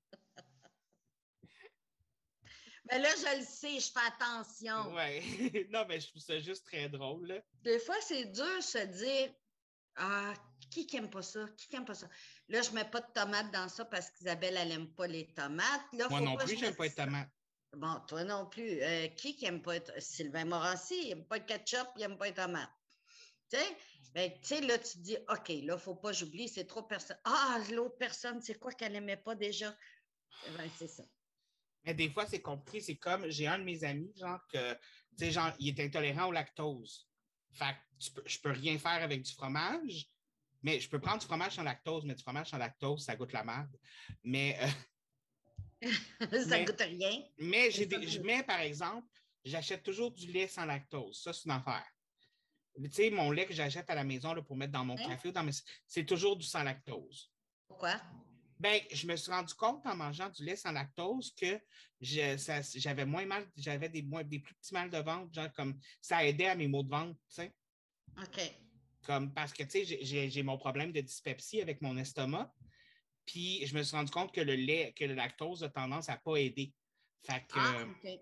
Mais là, je le sais, je fais attention. Oui. Non, mais je trouve ça juste très drôle. Là. Des fois, c'est dur de se dire, ah, qui qui aime pas ça? Qui qui aime pas ça? Là, je mets pas de tomates dans ça parce qu'Isabelle, elle aime pas les tomates. Là, Moi faut non pas plus, que je j'aime mette pas les ça. tomates. Bon, toi non plus. Euh, qui qui aime pas être... Sylvain Morancy, il aime pas le ketchup, il aime pas les tomates. Tu sais? Ben, tu sais, là, tu te dis, OK, là, faut pas que j'oublie, c'est trop personne. Ah, l'autre personne, c'est quoi qu'elle aimait pas déjà? Ben, c'est ça. Mais des fois, c'est compliqué. C'est comme, j'ai un de mes amis, genre, que, tu sais, genre, il est intolérant au lactose. Fait que tu peux, je peux rien faire avec du fromage, mais je peux prendre du fromage sans lactose, mais du fromage sans lactose, ça goûte la merde. Mais, euh, Ça mais, goûte rien. mais, j'ai C'est ça des, je que- mets, par exemple, j'achète toujours du lait sans lactose. Ça, c'est une affaire. Tu sais, mon lait que j'achète à la maison là, pour mettre dans mon Hein? café, ou dans mes- c'est toujours du sans lactose. Pourquoi? Ben, je me suis rendu compte en mangeant du lait sans lactose que je- ça- j'avais moins mal, j'avais des, moins- des plus petits mal de ventre, genre comme ça aidait à mes maux de ventre, tu sais. OK. Comme parce que, tu sais, j'ai- j'ai j'ai mon problème de dyspepsie avec mon estomac. Puis je me suis rendu compte que le lait, que le lactose a tendance à pas aider. Fait Ah, que, OK.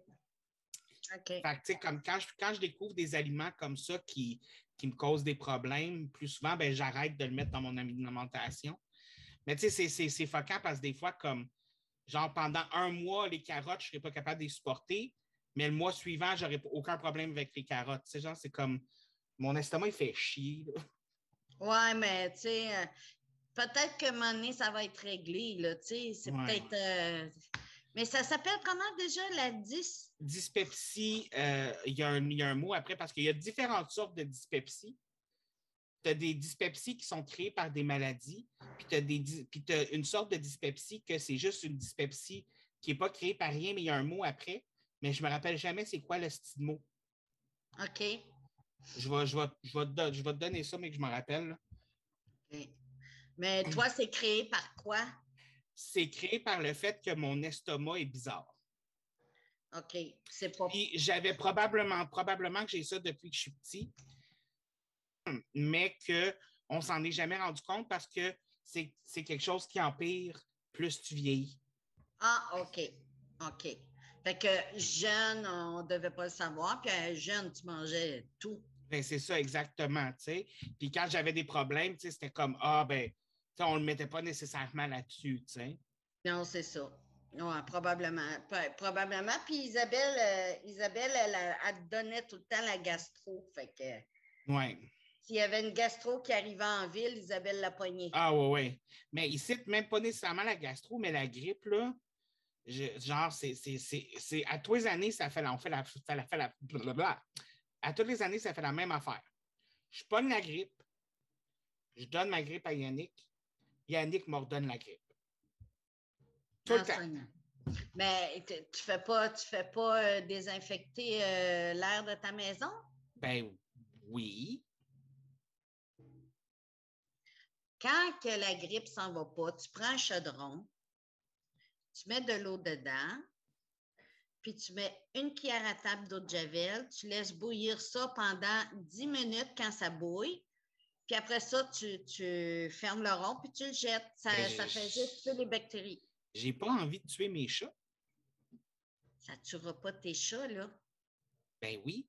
OK. fait que, tu sais, comme quand je, quand je découvre des aliments comme ça qui, qui me causent des problèmes, plus souvent, ben, j'arrête de le mettre dans mon alimentation. Mais tu sais, c'est- c'est c'est fuckant parce que des fois, comme genre pendant un mois, les carottes, je ne serais pas capable de les supporter, mais le mois suivant, je n'aurais aucun problème avec les carottes. Tu sais, genre, c'est comme mon estomac, il fait chier. Là. Ouais, mais tu sais, euh, peut-être que un moment donné, ça va être réglé, là, tu sais, c'est Ouais. peut-être... euh, Mais ça s'appelle comment déjà, la dix? Dyspepsie, euh, il y, a un- il y a un mot après parce qu'il y a différentes sortes de dyspepsie. Tu as des dyspepsies qui sont créées par des maladies, puis tu as, des, dy- puis t'as une sorte de dyspepsie que c'est juste une dyspepsie qui n'est pas créée par rien, mais il y a un mot après. Mais je ne me rappelle jamais c'est quoi le style mot. OK. Je vais, je, vais, je, vais te, don- je vais te donner ça, mais que je me rappelle. Là. OK. Mais toi, c'est créé par quoi? C'est créé par le fait que mon estomac est bizarre. OK. C'est pas... Puis j'avais probablement, probablement que j'ai ça depuis que je suis petit, mais qu'on ne s'en est jamais rendu compte parce que c'est, c'est quelque chose qui empire plus tu vieillis. Ah, OK. OK. Fait que jeune, on ne devait pas le savoir, puis euh, jeune, tu mangeais tout. Ben, c'est ça exactement, tu sais. Puis quand j'avais des problèmes, tu sais, c'était comme, ah, ben, tu sais, on ne le mettait pas nécessairement là-dessus, tu sais. Non, c'est ça. Ouais, probablement. P- Probablement. Puis Isabelle, euh, Isabelle, elle, elle, elle te donnait tout le temps la gastro. Fait que Ouais. s'il y avait une gastro qui arrivait en ville, Isabelle l'a pognée. Ah, ouais, ouais. Mais ici, même pas nécessairement la gastro, mais la grippe, là, je- genre, c'est, c'est, c'est, c'est- à tous les années, ça fait la, on fait la, ça la- fait la, blablabla. À toutes les années, ça fait la même affaire. Je pogne la grippe, je donne ma grippe à Yannick, Yannick m'ordonne la grippe. Tout le Ah, temps. ça, non. Mais tu tu fais pas, tu fais pas euh, désinfecter euh, l'air de ta maison? Ben oui. Quand que la grippe s'en va pas, tu prends un chaudron, tu mets de l'eau dedans, puis tu mets une cuillère à table d'eau de javel, tu laisses bouillir ça pendant dix minutes quand ça bouille, puis après ça, tu, tu fermes le rond, puis tu le jettes. Ça, Ben, ça fait juste tuer les bactéries. j'ai pas envie de tuer mes chats. Ça ne tuera pas tes chats, là. Ben oui.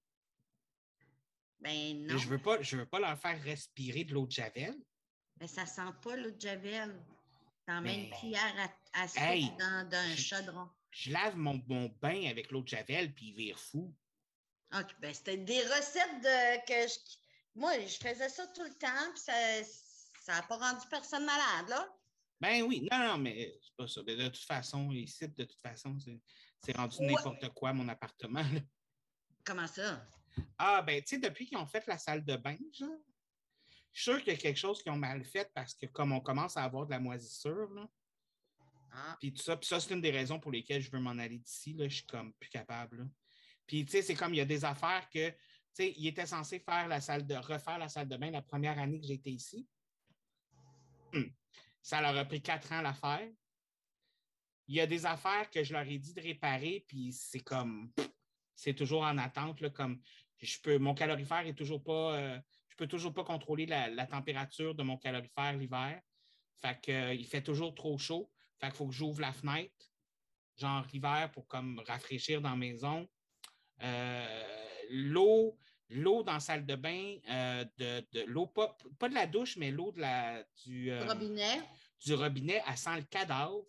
Ben Mais je non. veux pas, je veux pas leur faire respirer de l'eau de javel. Ben ça ne sent pas l'eau de javel. T'en mets une Mais, cuillère à, à soupe hey, dans, dans un je, chaudron. je lave mon, mon bain avec l'eau de javel, puis il vire fou. OK, ben c'était des recettes de, que je... Moi, je faisais ça tout le temps, puis ça n'a pas rendu personne malade, là. Ben oui, non, non, mais c'est pas ça. De, de toute façon, ici, de toute façon, c'est, c'est rendu Ouais. n'importe quoi, mon appartement. Là. Comment ça? Ah, ben, tu sais, depuis qu'ils ont fait la salle de bain, genre, je suis sûr qu'il y a quelque chose qu'ils ont mal fait parce que comme on commence à avoir de la moisissure, là, Ah, puis tout ça, puis ça, c'est une des raisons pour lesquelles je veux m'en aller d'ici, là, je suis comme plus capable, là. Puis, tu sais, c'est comme il y a des affaires que, tu sais, il était censé faire la salle de, refaire la salle de bain la première année que j'étais ici. Hum. Ça leur a pris quatre ans à la faire. Il y a des affaires que je leur ai dit de réparer, puis c'est comme, c'est toujours en attente, là, comme, je peux, mon calorifère est toujours pas, euh, je peux toujours pas contrôler la, la température de mon calorifère l'hiver. Fait que, euh, il fait toujours trop chaud. Fait qu'il faut que j'ouvre la fenêtre, genre l'hiver, pour comme rafraîchir dans la maison. Euh, l'eau, l'eau dans la salle de bain, euh, de, de l'eau, pas, pas de la douche, mais l'eau de la, du, euh, Robinet. du robinet, elle sent le cadavre.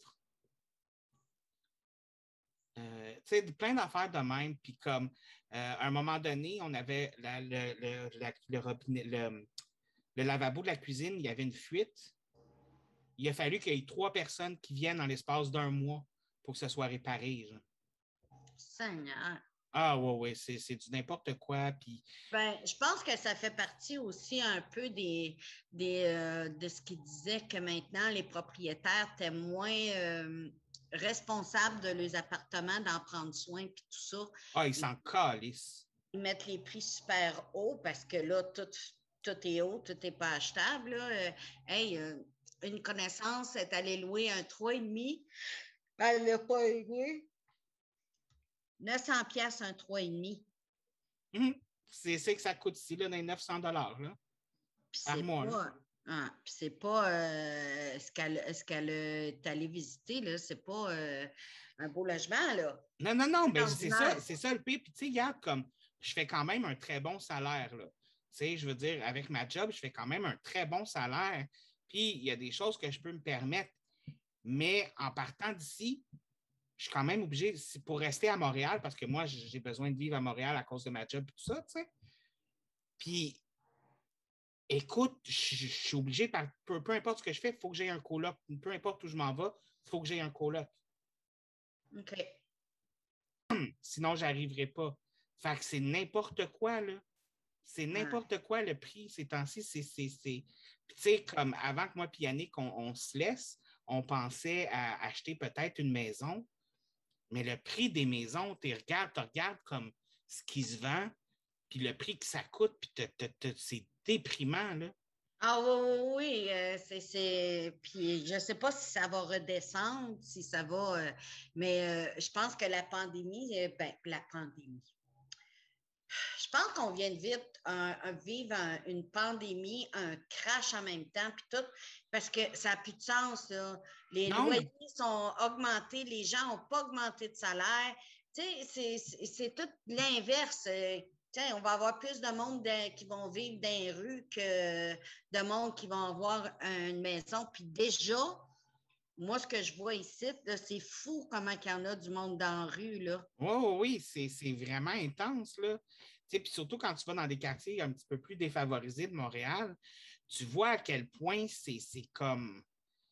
Euh, tu sais, plein d'affaires de même. Puis comme, euh, à un moment donné, on avait la, le, le, la, le, robinet, le, le lavabo de la cuisine, il y avait une fuite. Il a fallu qu'il y ait trois personnes qui viennent en l'espace d'un mois pour que ce soit réparé. Genre. Seigneur. Ah ouais, ouais, c'est, c'est du n'importe quoi. Puis... Ben, je pense que ça fait partie aussi un peu des, des, euh, de ce qui disait que maintenant, les propriétaires étaient moins euh, responsables de leurs appartements, d'en prendre soin, puis tout ça. Ah, ils s'en calissent. Ils mettent les prix super hauts parce que là, tout, tout est haut, tout n'est pas achetable. Là. Euh, hey, euh, une connaissance est allée louer un trois virgule cinq. Elle l'a pas aimé. neuf cents pièces un trois virgule cinq. Mmh. C'est ça que ça coûte ici, là, dans les neuf cents dollars par mois. Pas, ah, puis c'est pas euh, ce qu'elle ce qu'elle est allée visiter, là, c'est pas euh, un beau logement, là. Non, non, non, mais c'est ça, c'est ça le pire. Puis, tu sais, regarde, comme je fais quand même un très bon salaire, là. Tu sais, je veux dire, avec ma job, je fais quand même un très bon salaire. Puis, il y a des choses que je peux me permettre. Mais en partant d'ici, je suis quand même obligé, pour rester à Montréal, parce que moi, j'ai besoin de vivre à Montréal à cause de ma job et tout ça, tu sais. Puis, écoute, je, je suis obligé, par, peu, peu importe ce que je fais, il faut que j'aie un coloc. Peu importe où je m'en vais, il faut que j'aie un coloc. OK. Sinon, je n'arriverai pas. Fait que c'est n'importe quoi, là. C'est n'importe quoi le prix ces temps-ci. C'est, c'est, c'est... Tu sais, comme avant que moi et Yannick, on, on se laisse, on pensait à acheter peut-être une maison, mais le prix des maisons, tu regardes, tu regardes comme ce qui se vend, puis le prix que ça coûte, puis te, te, te, c'est déprimant, là. Ah oui, oui, euh, c'est, c'est... Puis je ne sais pas si ça va redescendre, si ça va... euh, mais euh, je pense que la pandémie, euh, ben, la pandémie, je pense qu'on vient de vivre, un, un, vivre un, une pandémie, un crash en même temps, puis tout, parce que ça n'a plus de sens. Là. Les Non. loyers sont augmentés, les gens n'ont pas augmenté de salaire. Tu sais, c'est, c'est, c'est tout l'inverse. T'sais, on va avoir plus de monde de, qui vont vivre dans les rues que de monde qui vont avoir une maison. Puis déjà, moi, ce que je vois ici, là, c'est fou comment il y en a du monde dans la rue. Là. Oh, oui, c'est, c'est vraiment intense, là. Puis surtout quand tu vas dans des quartiers un petit peu plus défavorisés de Montréal, tu vois à quel point c'est, c'est comme...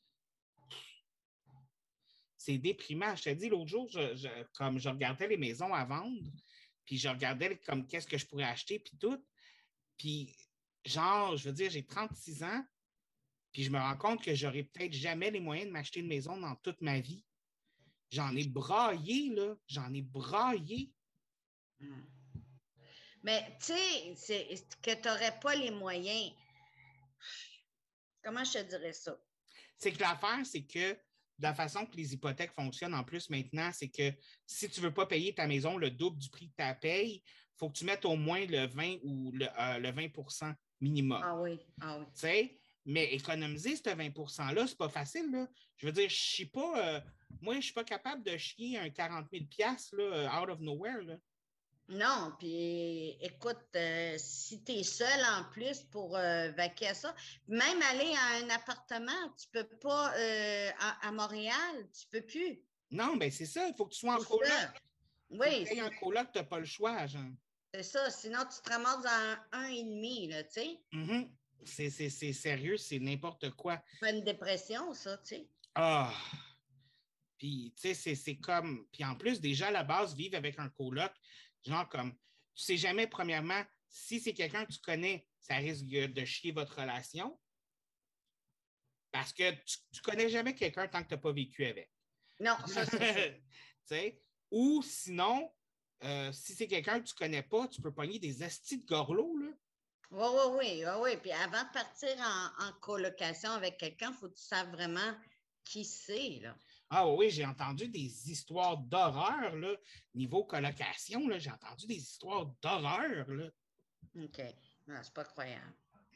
C'est déprimant. Je te dis, l'autre jour, je, je, comme je regardais les maisons à vendre, puis je regardais comme qu'est-ce que je pourrais acheter, puis tout. Puis, genre, je veux dire, j'ai trente-six ans, puis je me rends compte que j'aurais peut-être jamais les moyens de m'acheter une maison dans toute ma vie. J'en ai braillé, là. J'en ai braillé. Hmm. Mais, tu sais, que tu n'aurais pas les moyens. Comment je te dirais ça? C'est que l'affaire, c'est que de la façon que les hypothèques fonctionnent en plus maintenant, c'est que si tu ne veux pas payer ta maison le double du prix que tu as payé, il faut que tu mettes au moins le vingt ou le, euh, le vingt pour cent minimum. Ah oui, ah oui. Tu sais, mais économiser ce vingt pour cent-là, c'est pas facile. Là. Je veux dire, je suis pas. Euh, moi, je suis pas capable de chier un quarante mille là, out of nowhere. Là. Non, puis écoute, euh, si tu es seul en plus pour euh, vaquer à ça, même aller à un appartement, tu peux pas euh, à, à Montréal, tu peux plus. Non, ben c'est ça, il faut que tu sois en C'est coloc. ça. Il faut Oui, que tu aies un coloc, tu n'as pas le choix, genre. c'est ça. Sinon, tu te ramasses dans un et demi, là, tu sais. Mm-hmm. C'est, c'est, c'est sérieux, c'est n'importe quoi. C'est une dépression, ça, tu sais. Ah! Puis, tu sais, c'est, c'est comme. Puis en plus, déjà, à la base, vivre avec un coloc, genre comme. Tu sais jamais, premièrement, si c'est quelqu'un que tu connais, ça risque de chier votre relation. Parce que tu ne connais jamais quelqu'un tant que tu n'as pas vécu avec. Non, ça, c'est ça. Ou sinon, euh, si c'est quelqu'un que tu ne connais pas, tu peux pogner des astis de gorlots, là. Oui, oui, oui, oui, oui. Puis avant de partir en, en colocation avec quelqu'un, il faut que tu saches vraiment qui c'est, là. Ah oui, j'ai entendu des histoires d'horreur, là. Niveau colocation, là, j'ai entendu des histoires d'horreur, là. OK. Non, c'est pas croyable.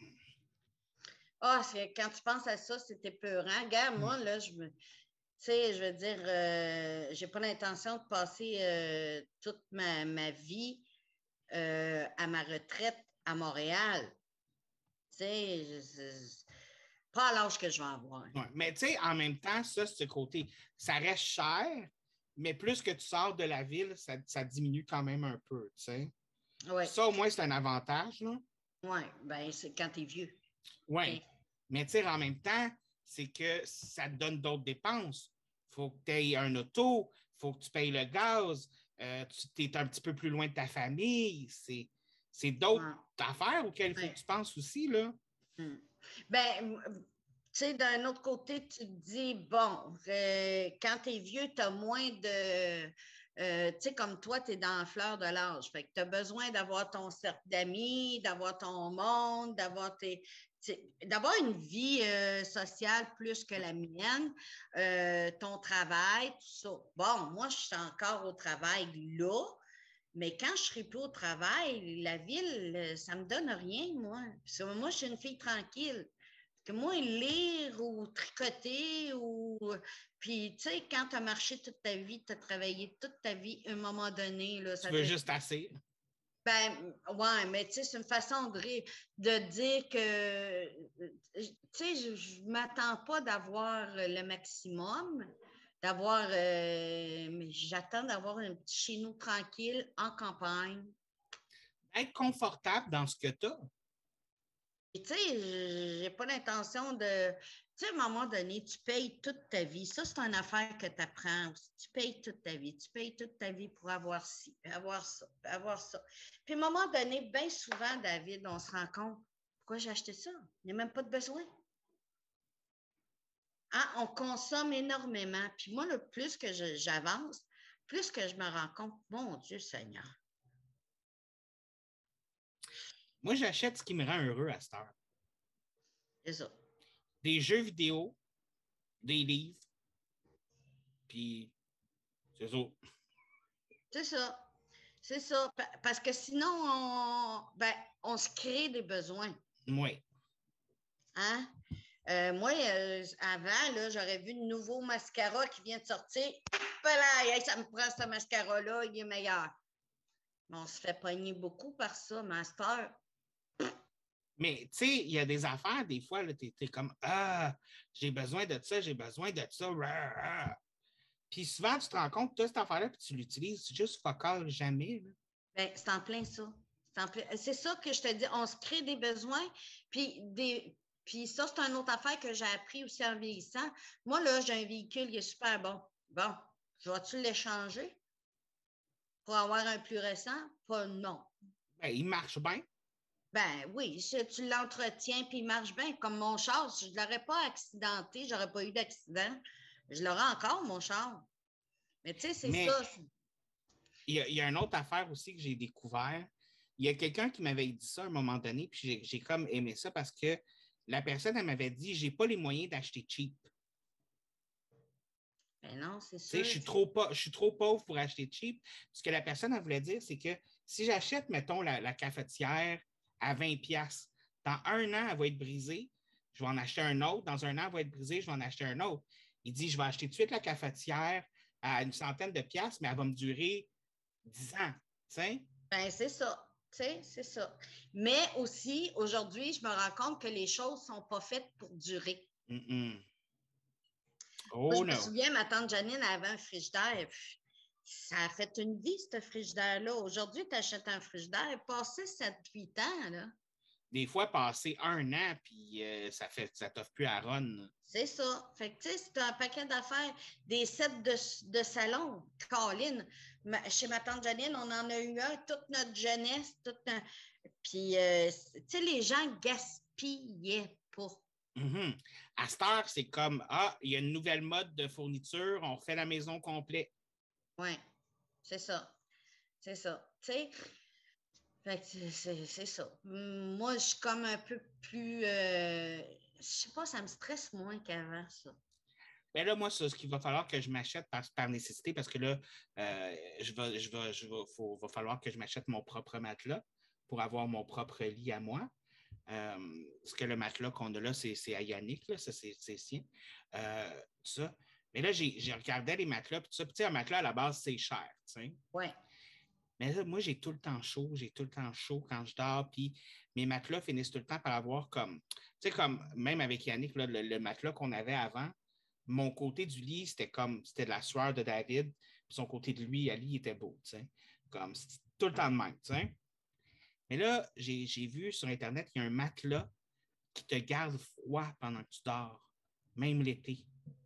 Ah, c'est, quand tu penses à ça, c'est épeurant. Regarde, moi, là, je me. Tu sais, je veux dire, euh, j'ai pas l'intention de passer euh, toute ma, ma vie euh, à ma retraite à Montréal. Tu sais, je- je- pas à l'âge que je vais avoir. Ouais. Mais tu sais, en même temps, ça, ce côté, ça reste cher, mais plus que tu sors de la ville, ça, ça diminue quand même un peu, tu sais. Oui, Ça, au moins, c'est un avantage, là. oui, ben c'est quand t'es vieux. Oui. Okay. Mais tu sais, en même temps, c'est que ça te donne d'autres dépenses. Il faut que tu aies un auto, il faut que tu payes le gaz, euh, tu es un petit peu plus loin de ta famille. C'est, c'est d'autres Ouais. affaires auxquelles il faut Ouais. que tu penses aussi, là. Hmm. Ben, tu sais, d'un autre côté, tu te dis, bon, euh, quand tu es vieux, tu as moins de. Euh, tu sais, comme toi, tu es dans la fleur de l'âge. Fait que tu as besoin d'avoir ton cercle d'amis, d'avoir ton monde, d'avoir tes. D'avoir une vie euh, sociale plus que la mienne, euh, ton travail, tout ça. Bon, moi, je suis encore au travail là, mais quand je ne serai plus au travail, la ville, ça ne me donne rien, moi. Parce que moi, je suis une fille tranquille. Que moi, lire ou tricoter ou. Puis, tu sais, quand tu as marché toute ta vie, tu as travaillé toute ta vie, à un moment donné, là, Tu ça veux fait. juste assez. Ben, ouais, mais tu sais, c'est une façon de, de dire que. Tu sais, je ne m'attends pas d'avoir le maximum, d'avoir. Euh, mais j'attends d'avoir un petit chez nous tranquille en campagne. Être confortable dans ce que tu as. Tu sais, j'ai pas l'intention de. Tu sais, à un moment donné, tu payes toute ta vie. Ça, c'est une affaire que tu apprends aussi. Tu payes toute ta vie. Tu payes toute ta vie pour avoir ci, avoir ça, avoir ça. Puis à un moment donné, bien souvent, David, on se rend compte, pourquoi j'ai acheté ça? Il n'y a même pas de besoin. Hein? On consomme énormément. Puis moi, le plus que je, j'avance, plus que je me rends compte, mon Dieu Seigneur. Moi, j'achète ce qui me rend heureux à cette heure. C'est ça. Des jeux vidéo, des livres, puis c'est ça. C'est ça. C'est ça. Parce que sinon, on, ben, on se crée des besoins. Oui. Hein? Euh, moi, euh, avant, là, j'aurais vu le nouveau mascara qui vient de sortir. Là, hey, ça me prend ce mascara-là, il est meilleur. Mais on se fait pogner beaucoup par ça, master. Mais tu sais, il y a des affaires, des fois, tu es comme Ah, j'ai besoin de ça, j'ai besoin de ça. Rah, rah. Puis souvent, tu te rends compte, tu as cette affaire-là, puis tu l'utilises juste focal jamais. Là. Ben, c'est en plein ça. C'est, en plein... c'est ça que je te dis. On se crée des besoins, puis des. Puis ça, c'est une autre affaire que j'ai appris aussi en vieillissant. Moi, là, j'ai un véhicule qui est super bon. Bon, je vais-tu l'échanger pour avoir un plus récent? Pas non. Ben, il marche bien. Ben oui, si tu l'entretiens puis il marche bien, comme mon char, si je ne l'aurais pas accidenté, je n'aurais pas eu d'accident, je l'aurais encore, mon char. Mais tu sais, c'est Mais ça. il y, a, il y a une autre affaire aussi que j'ai découvert. Il y a quelqu'un qui m'avait dit ça à un moment donné, puis j'ai, j'ai comme aimé ça parce que la personne, elle m'avait dit j'ai pas les moyens d'acheter cheap. Ben non, c'est Tu sais, sûr. je suis trop, je suis trop pauvre pour acheter cheap. Ce que la personne, elle voulait dire, c'est que si j'achète, mettons, la, la cafetière à vingt piastres, dans un an, elle va être brisée, je vais en acheter un autre. Dans un an, elle va être brisée, je vais en acheter un autre. Il dit, je vais acheter tout de suite la cafetière à une centaine de piastres, mais elle va me durer dix ans. T'sais? Ben c'est ça. Tu sais, c'est ça. Mais aussi, aujourd'hui, je me rends compte que les choses ne sont pas faites pour durer. Mm-mm. Moi, Oh je me non. souviens, ma tante Janine avait un frigidaire. Ça a fait une vie, ce frigidaire-là. Aujourd'hui, tu achètes un frigidaire, passé sept huit ans, là. Des fois, passer un an, puis euh, ça fait ça t'offre plus à run. C'est ça. Fait que, tu sais, c'est un paquet d'affaires, des sets de, de salon. Colline, ma, chez ma tante Janine, on en a eu un toute notre jeunesse. Toute notre... Puis, euh, tu sais, les gens gaspillaient pas. Mm-hmm. À cette heure, c'est comme Ah, il y a une nouvelle mode de fourniture, on fait la maison complète. Oui, c'est ça. C'est ça. Tu sais, fait que c'est, c'est ça. Moi, je suis comme un peu plus. Euh, je sais pas, ça me stresse moins qu'avant, ça. Mais là, moi, c'est ce qu'il va falloir que je m'achète par, par nécessité parce que là, euh, je vais, je vais, je vais, faut, va falloir que je m'achète mon propre matelas pour avoir mon propre lit à moi. Euh, parce que le matelas qu'on a là, c'est, c'est à Yannick, là, ça, c'est, c'est sien. Euh, ça. Mais là, j'ai, j'ai regardé les matelas, puis ça, puis un matelas à la base, c'est cher. Tu sais. Oui. Mais là, moi, j'ai tout le temps chaud, j'ai tout le temps chaud quand je dors, puis mes matelas finissent tout le temps par avoir comme, tu sais, comme, même avec Yannick, là, le, le matelas qu'on avait avant, mon côté du lit, c'était comme, c'était de la sueur de David, puis son côté de lui, Ali, était beau, tu sais, comme, c'était tout le temps de même, tu sais. Mais là, j'ai, j'ai vu sur Internet, il y a un matelas qui te garde froid pendant que tu dors, même l'été.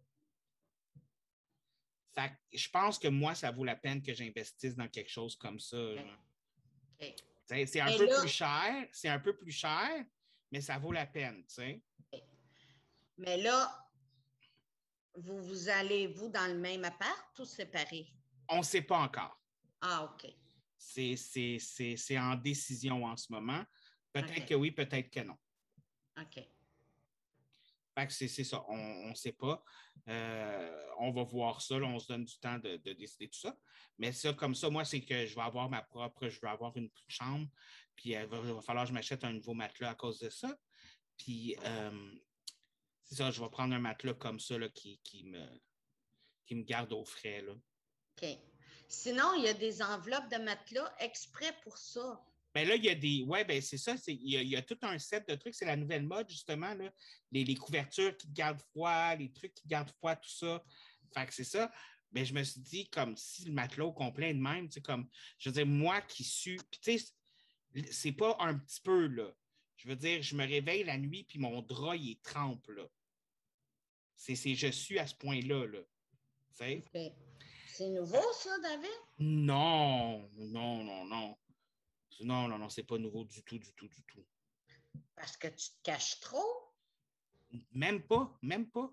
Fait que je pense que moi, ça vaut la peine que j'investisse dans quelque chose comme ça. OK. Genre. OK. C'est, c'est un Mais peu là, plus cher, c'est un peu plus cher, mais ça vaut la peine, tu sais. mais là, vous, vous allez, vous, dans le même appart ou séparés? On ne sait pas encore. Ah, OK. C'est, c'est, c'est, c'est en décision en ce moment. Peut-être OK. que oui, peut-être que non. OK. Fait que c'est, c'est ça, on ne sait pas. Euh, on va voir ça, là, on se donne du temps de, de décider tout ça. Mais ça, comme ça, moi, c'est que je vais avoir ma propre, je vais avoir une chambre, puis il va, va falloir que je m'achète un nouveau matelas à cause de ça. Puis, euh, c'est ça, je vais prendre un matelas comme ça là, qui, qui, me, qui me garde au frais. Là. OK. Sinon, il y a des enveloppes de matelas exprès pour ça. Ben là, il y a des. Ouais, ben c'est ça. C'est, il, y a, il y a tout un set de trucs. C'est la nouvelle mode, justement. Là. Les, les couvertures qui gardent froid, les trucs qui gardent froid, tout ça. Fait que c'est ça. Ben, je me suis dit, comme si le matelas au complet est de même, tu sais, comme, je veux dire, moi qui suis. Puis, tu sais, c'est pas un petit peu, là. Je veux dire, je me réveille la nuit, puis mon drap, il est trempe, là. C'est, c'est je suis à ce point-là, là. Tu sais? OK. C'est nouveau, ça, David? Non, non, non, non. Non, non, non, c'est pas nouveau du tout, du tout, du tout. Parce que tu te caches trop? Même pas, même pas.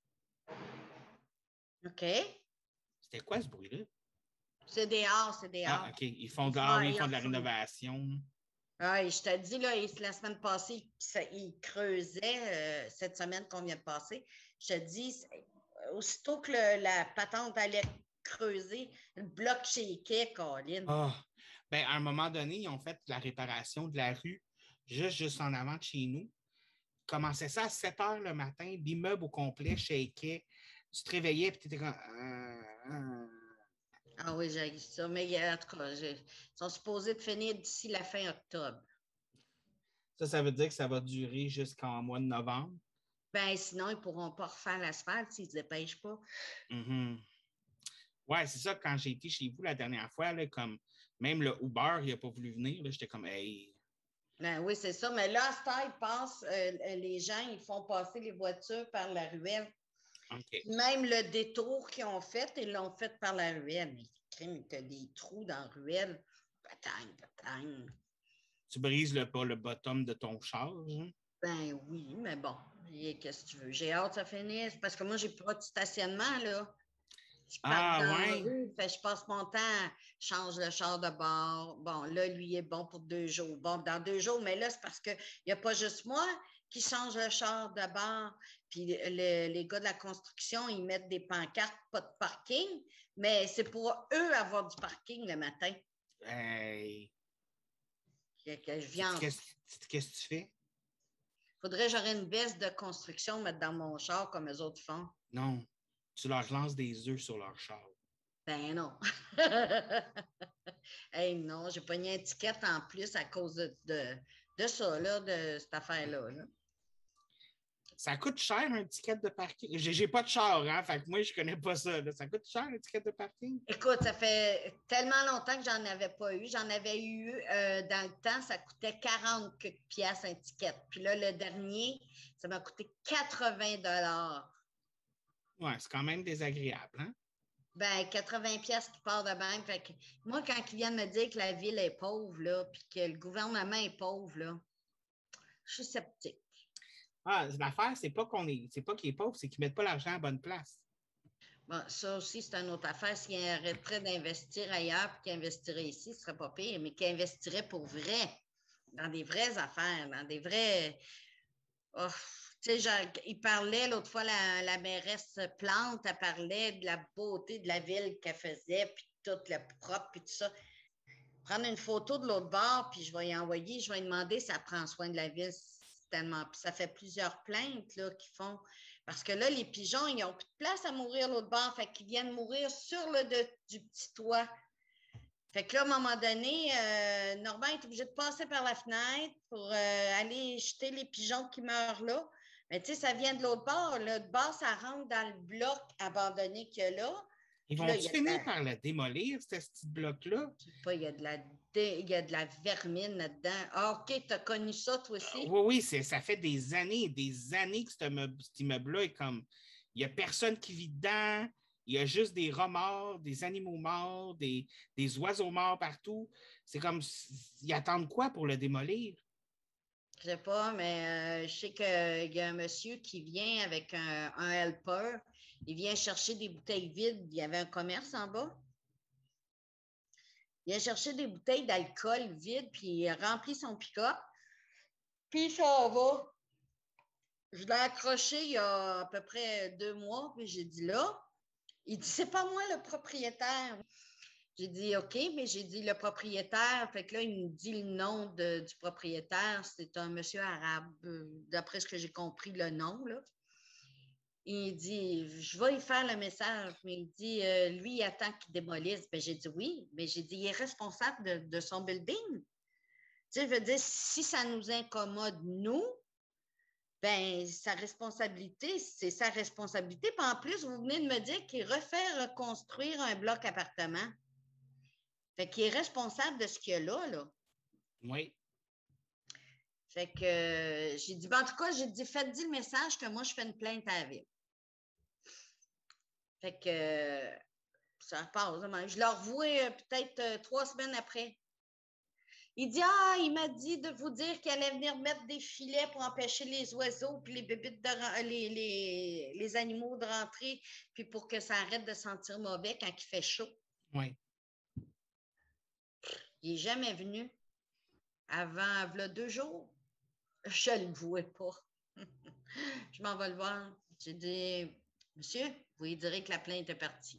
OK. C'était quoi ce bruit-là? C'est dehors, c'est Ah, dehors. OK. Ils font Ils de, ah font, oui, ils ils font de la refont. rénovation. Ah, et je te dis, là, la semaine passée, ça, ils creusaient, euh, cette semaine qu'on vient de passer. Je te dis, aussitôt que le, la patente allait creuser, le bloc shakeait, Colin. Ah, ben, à un moment donné, ils ont fait la réparation de la rue juste, juste en avant de chez nous. Ils commençaient ça à sept heures le matin, l'immeuble au complet shakeait. Tu te réveillais et tu étais comme. Euh, euh. Ah oui, j'ai ça. Mais en tout cas, ils sont supposés de finir d'ici la fin octobre. Ça, ça veut dire que ça va durer jusqu'en mois de novembre. Ben, sinon, ils ne pourront pas refaire l'asphalte s'ils ne se dépêchent pas. Mm-hmm. Ouais, c'est ça, quand j'ai été chez vous la dernière fois, là, comme même le Uber, il n'a pas voulu venir. Là, j'étais comme, hey. Ben oui, c'est ça. Mais là, à ce temps, ils passent, euh, les gens, ils font passer les voitures par la ruelle. OK. Même le détour qu'ils ont fait, ils l'ont fait par la ruelle. Mais crime, tu as des trous dans la ruelle. Batagne, batagne. Tu brises le, pas le bottom de ton char. Hein? Ben oui, mais bon, qu'est-ce que tu veux? J'ai hâte que ça finisse parce que moi, j'ai pas de stationnement, là. Je parque Ah, dans la ouais. rue, fait, je passe mon temps, je change le char de bord. Bon, là, lui il est bon pour deux jours. Bon, dans deux jours, mais là, c'est parce qu'il n'y a pas juste moi qui change le char de bord. Puis le, les gars de la construction, ils mettent des pancartes, pas de parking, mais c'est pour eux avoir du parking le matin. Hey. Que, que je viens. Qu'est-ce, qu'est-ce que tu fais? Faudrait que j'aurais une veste de construction mettre dans mon char comme les autres font. Non. Tu leur lances des œufs sur leur char. Ben non. Hey, non, j'ai pas une étiquette en plus à cause de, de, de ça, là, de cette affaire-là. Là. Ça coûte cher, un ticket de parking. J'ai, j'ai pas de char, hein? Fait que moi, je connais pas ça. Là. Ça coûte cher, un ticket de parking? Écoute, ça fait tellement longtemps que j'en avais pas eu. J'en avais eu euh, dans le temps, ça coûtait quarante piastres un ticket. Puis là, le dernier, ça m'a coûté quatre-vingts dollars. Ouais, c'est quand même désagréable, hein? Ben, quatre-vingts piastres qui part de même. Fait que moi, quand ils viennent me dire que la ville est pauvre, là, puis que le gouvernement est pauvre, là, je suis sceptique. Ah, l'affaire, c'est pas qu'on est. C'est pas qu'il est pauvre, c'est qu'ils mettent pas l'argent à la bonne place. Bon, ça aussi, c'est une autre affaire. S'il arrêterait d'investir ailleurs et qu'il investirait ici, ce serait pas pire, mais qu'il investirait pour vrai, dans des vraies affaires, dans des vrais. Oh, tu sais, il parlait l'autre fois, la, la mairesse Plante, elle parlait de la beauté de la ville qu'elle faisait, puis tout le propre, puis tout ça. Prendre une photo de l'autre bord, puis je vais y envoyer, je vais lui demander si elle prend soin de la ville. Tellement. Puis ça fait plusieurs plaintes là, qui font. Parce que là, les pigeons, ils n'ont plus de place à mourir l'autre bord. Fait qu'ils viennent mourir sur le de, du petit toit. Fait que là, à un moment donné, euh, Normand est obligé de passer par la fenêtre pour euh, aller jeter les pigeons qui meurent là. Mais tu sais, ça vient de l'autre bord. L'autre bord, ça rentre dans le bloc abandonné qu'il y a là. Ils Puis là, il vont-tu y a de finir la, par le démolir, ce petit bloc-là? je sais pas, il y a de la, dé- il y a de la vermine là-dedans. Ah, OK, t'as connu ça, toi Euh, aussi? oui, oui, c'est, ça fait des années et des années que cet immeuble- cet immeuble-là est comme. Il n'y a personne qui vit dedans. Il y a juste des rats morts, des animaux morts, des, des oiseaux morts partout. C'est comme. Ils attendent quoi pour le démolir? Je sais pas, mais euh, je sais qu'il y a un monsieur qui vient avec un, un helper. Il vient chercher des bouteilles vides. Il y avait un commerce en bas. Il vient chercher des bouteilles d'alcool vides, puis il remplit son pick-up. Puis ça va. Je l'ai accroché il y a à peu près deux mois, puis j'ai dit là. Il dit, c'est pas moi le propriétaire. J'ai dit, OK, mais j'ai dit le propriétaire. Fait que là, il me dit le nom de- du propriétaire. C'est un monsieur arabe, euh, d'après ce que j'ai compris, le nom, là. Il dit, je vais y faire le message. Mais il dit, euh, lui, il attend qu'il démolisse. Ben, j'ai dit oui, mais j'ai dit, il est responsable de, de son building. Tu sais, je veux dire, si ça nous incommode, nous, ben, sa responsabilité, c'est sa responsabilité. Puis en plus, vous venez de me dire qu'il refait reconstruire un bloc appartement. Fait qu'il est responsable de ce qu'il y a là, là. Oui. Fait que euh, j'ai dit, ben, en tout cas, j'ai dit, faites-y le message que moi, je fais une plainte à la ville. Fait que euh, ça passe. Je l'ai revois euh, peut-être euh, trois semaines après. Il dit, ah, il m'a dit de vous dire qu'il allait venir mettre des filets pour empêcher les oiseaux puis les bébites de les, les, les animaux de rentrer, puis pour que ça arrête de sentir mauvais quand il fait chaud. Oui. Il n'est jamais venu avant là, deux jours. Je ne le vois pas. Je m'en vais le voir. J'ai dit, monsieur, vous lui direz que la plainte est partie.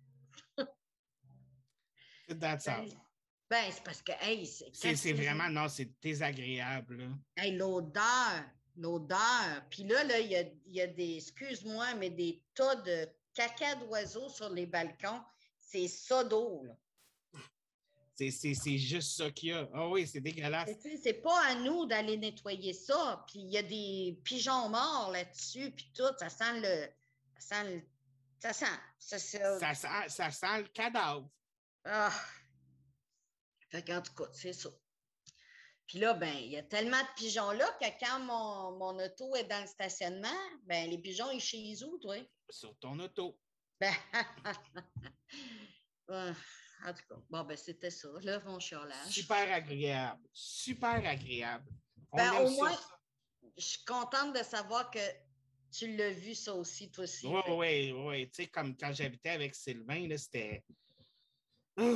C'est that's all. Ben, c'est parce que, hey, c'est, C'est, c'est vraiment, non, c'est désagréable. Là. Hey, l'odeur, l'odeur. Puis là, là, il y a, il y a des, excuse-moi, mais des tas de caca d'oiseaux sur les balcons. C'est ça d'eau, là. C'est, c'est, c'est juste ça qu'il y a. Ah oui, c'est dégueulasse. C'est, c'est pas à nous d'aller nettoyer ça. Puis il y a des pigeons morts là-dessus, puis tout. Ça sent le. Ça sent le. Ça sent. Ça, ça, Ça sent, ça sent le cadavre. ah. Fait qu'en tout cas, c'est ça. Puis là, ben, il y a tellement de pigeons là que quand mon, mon auto est dans le stationnement, ben, les pigeons, ils chez où, toi? Sur ton auto. Ben, ouais, en tout cas, bon, ben, c'était ça, là, mon chiolage. Super agréable. Super agréable. On Ben, aime au ça. moins, je suis contente de savoir que tu l'as vu, ça aussi, toi aussi. Oui, Fait. oui, oui. Tu sais, comme quand j'habitais avec Sylvain, là, c'était. Uh.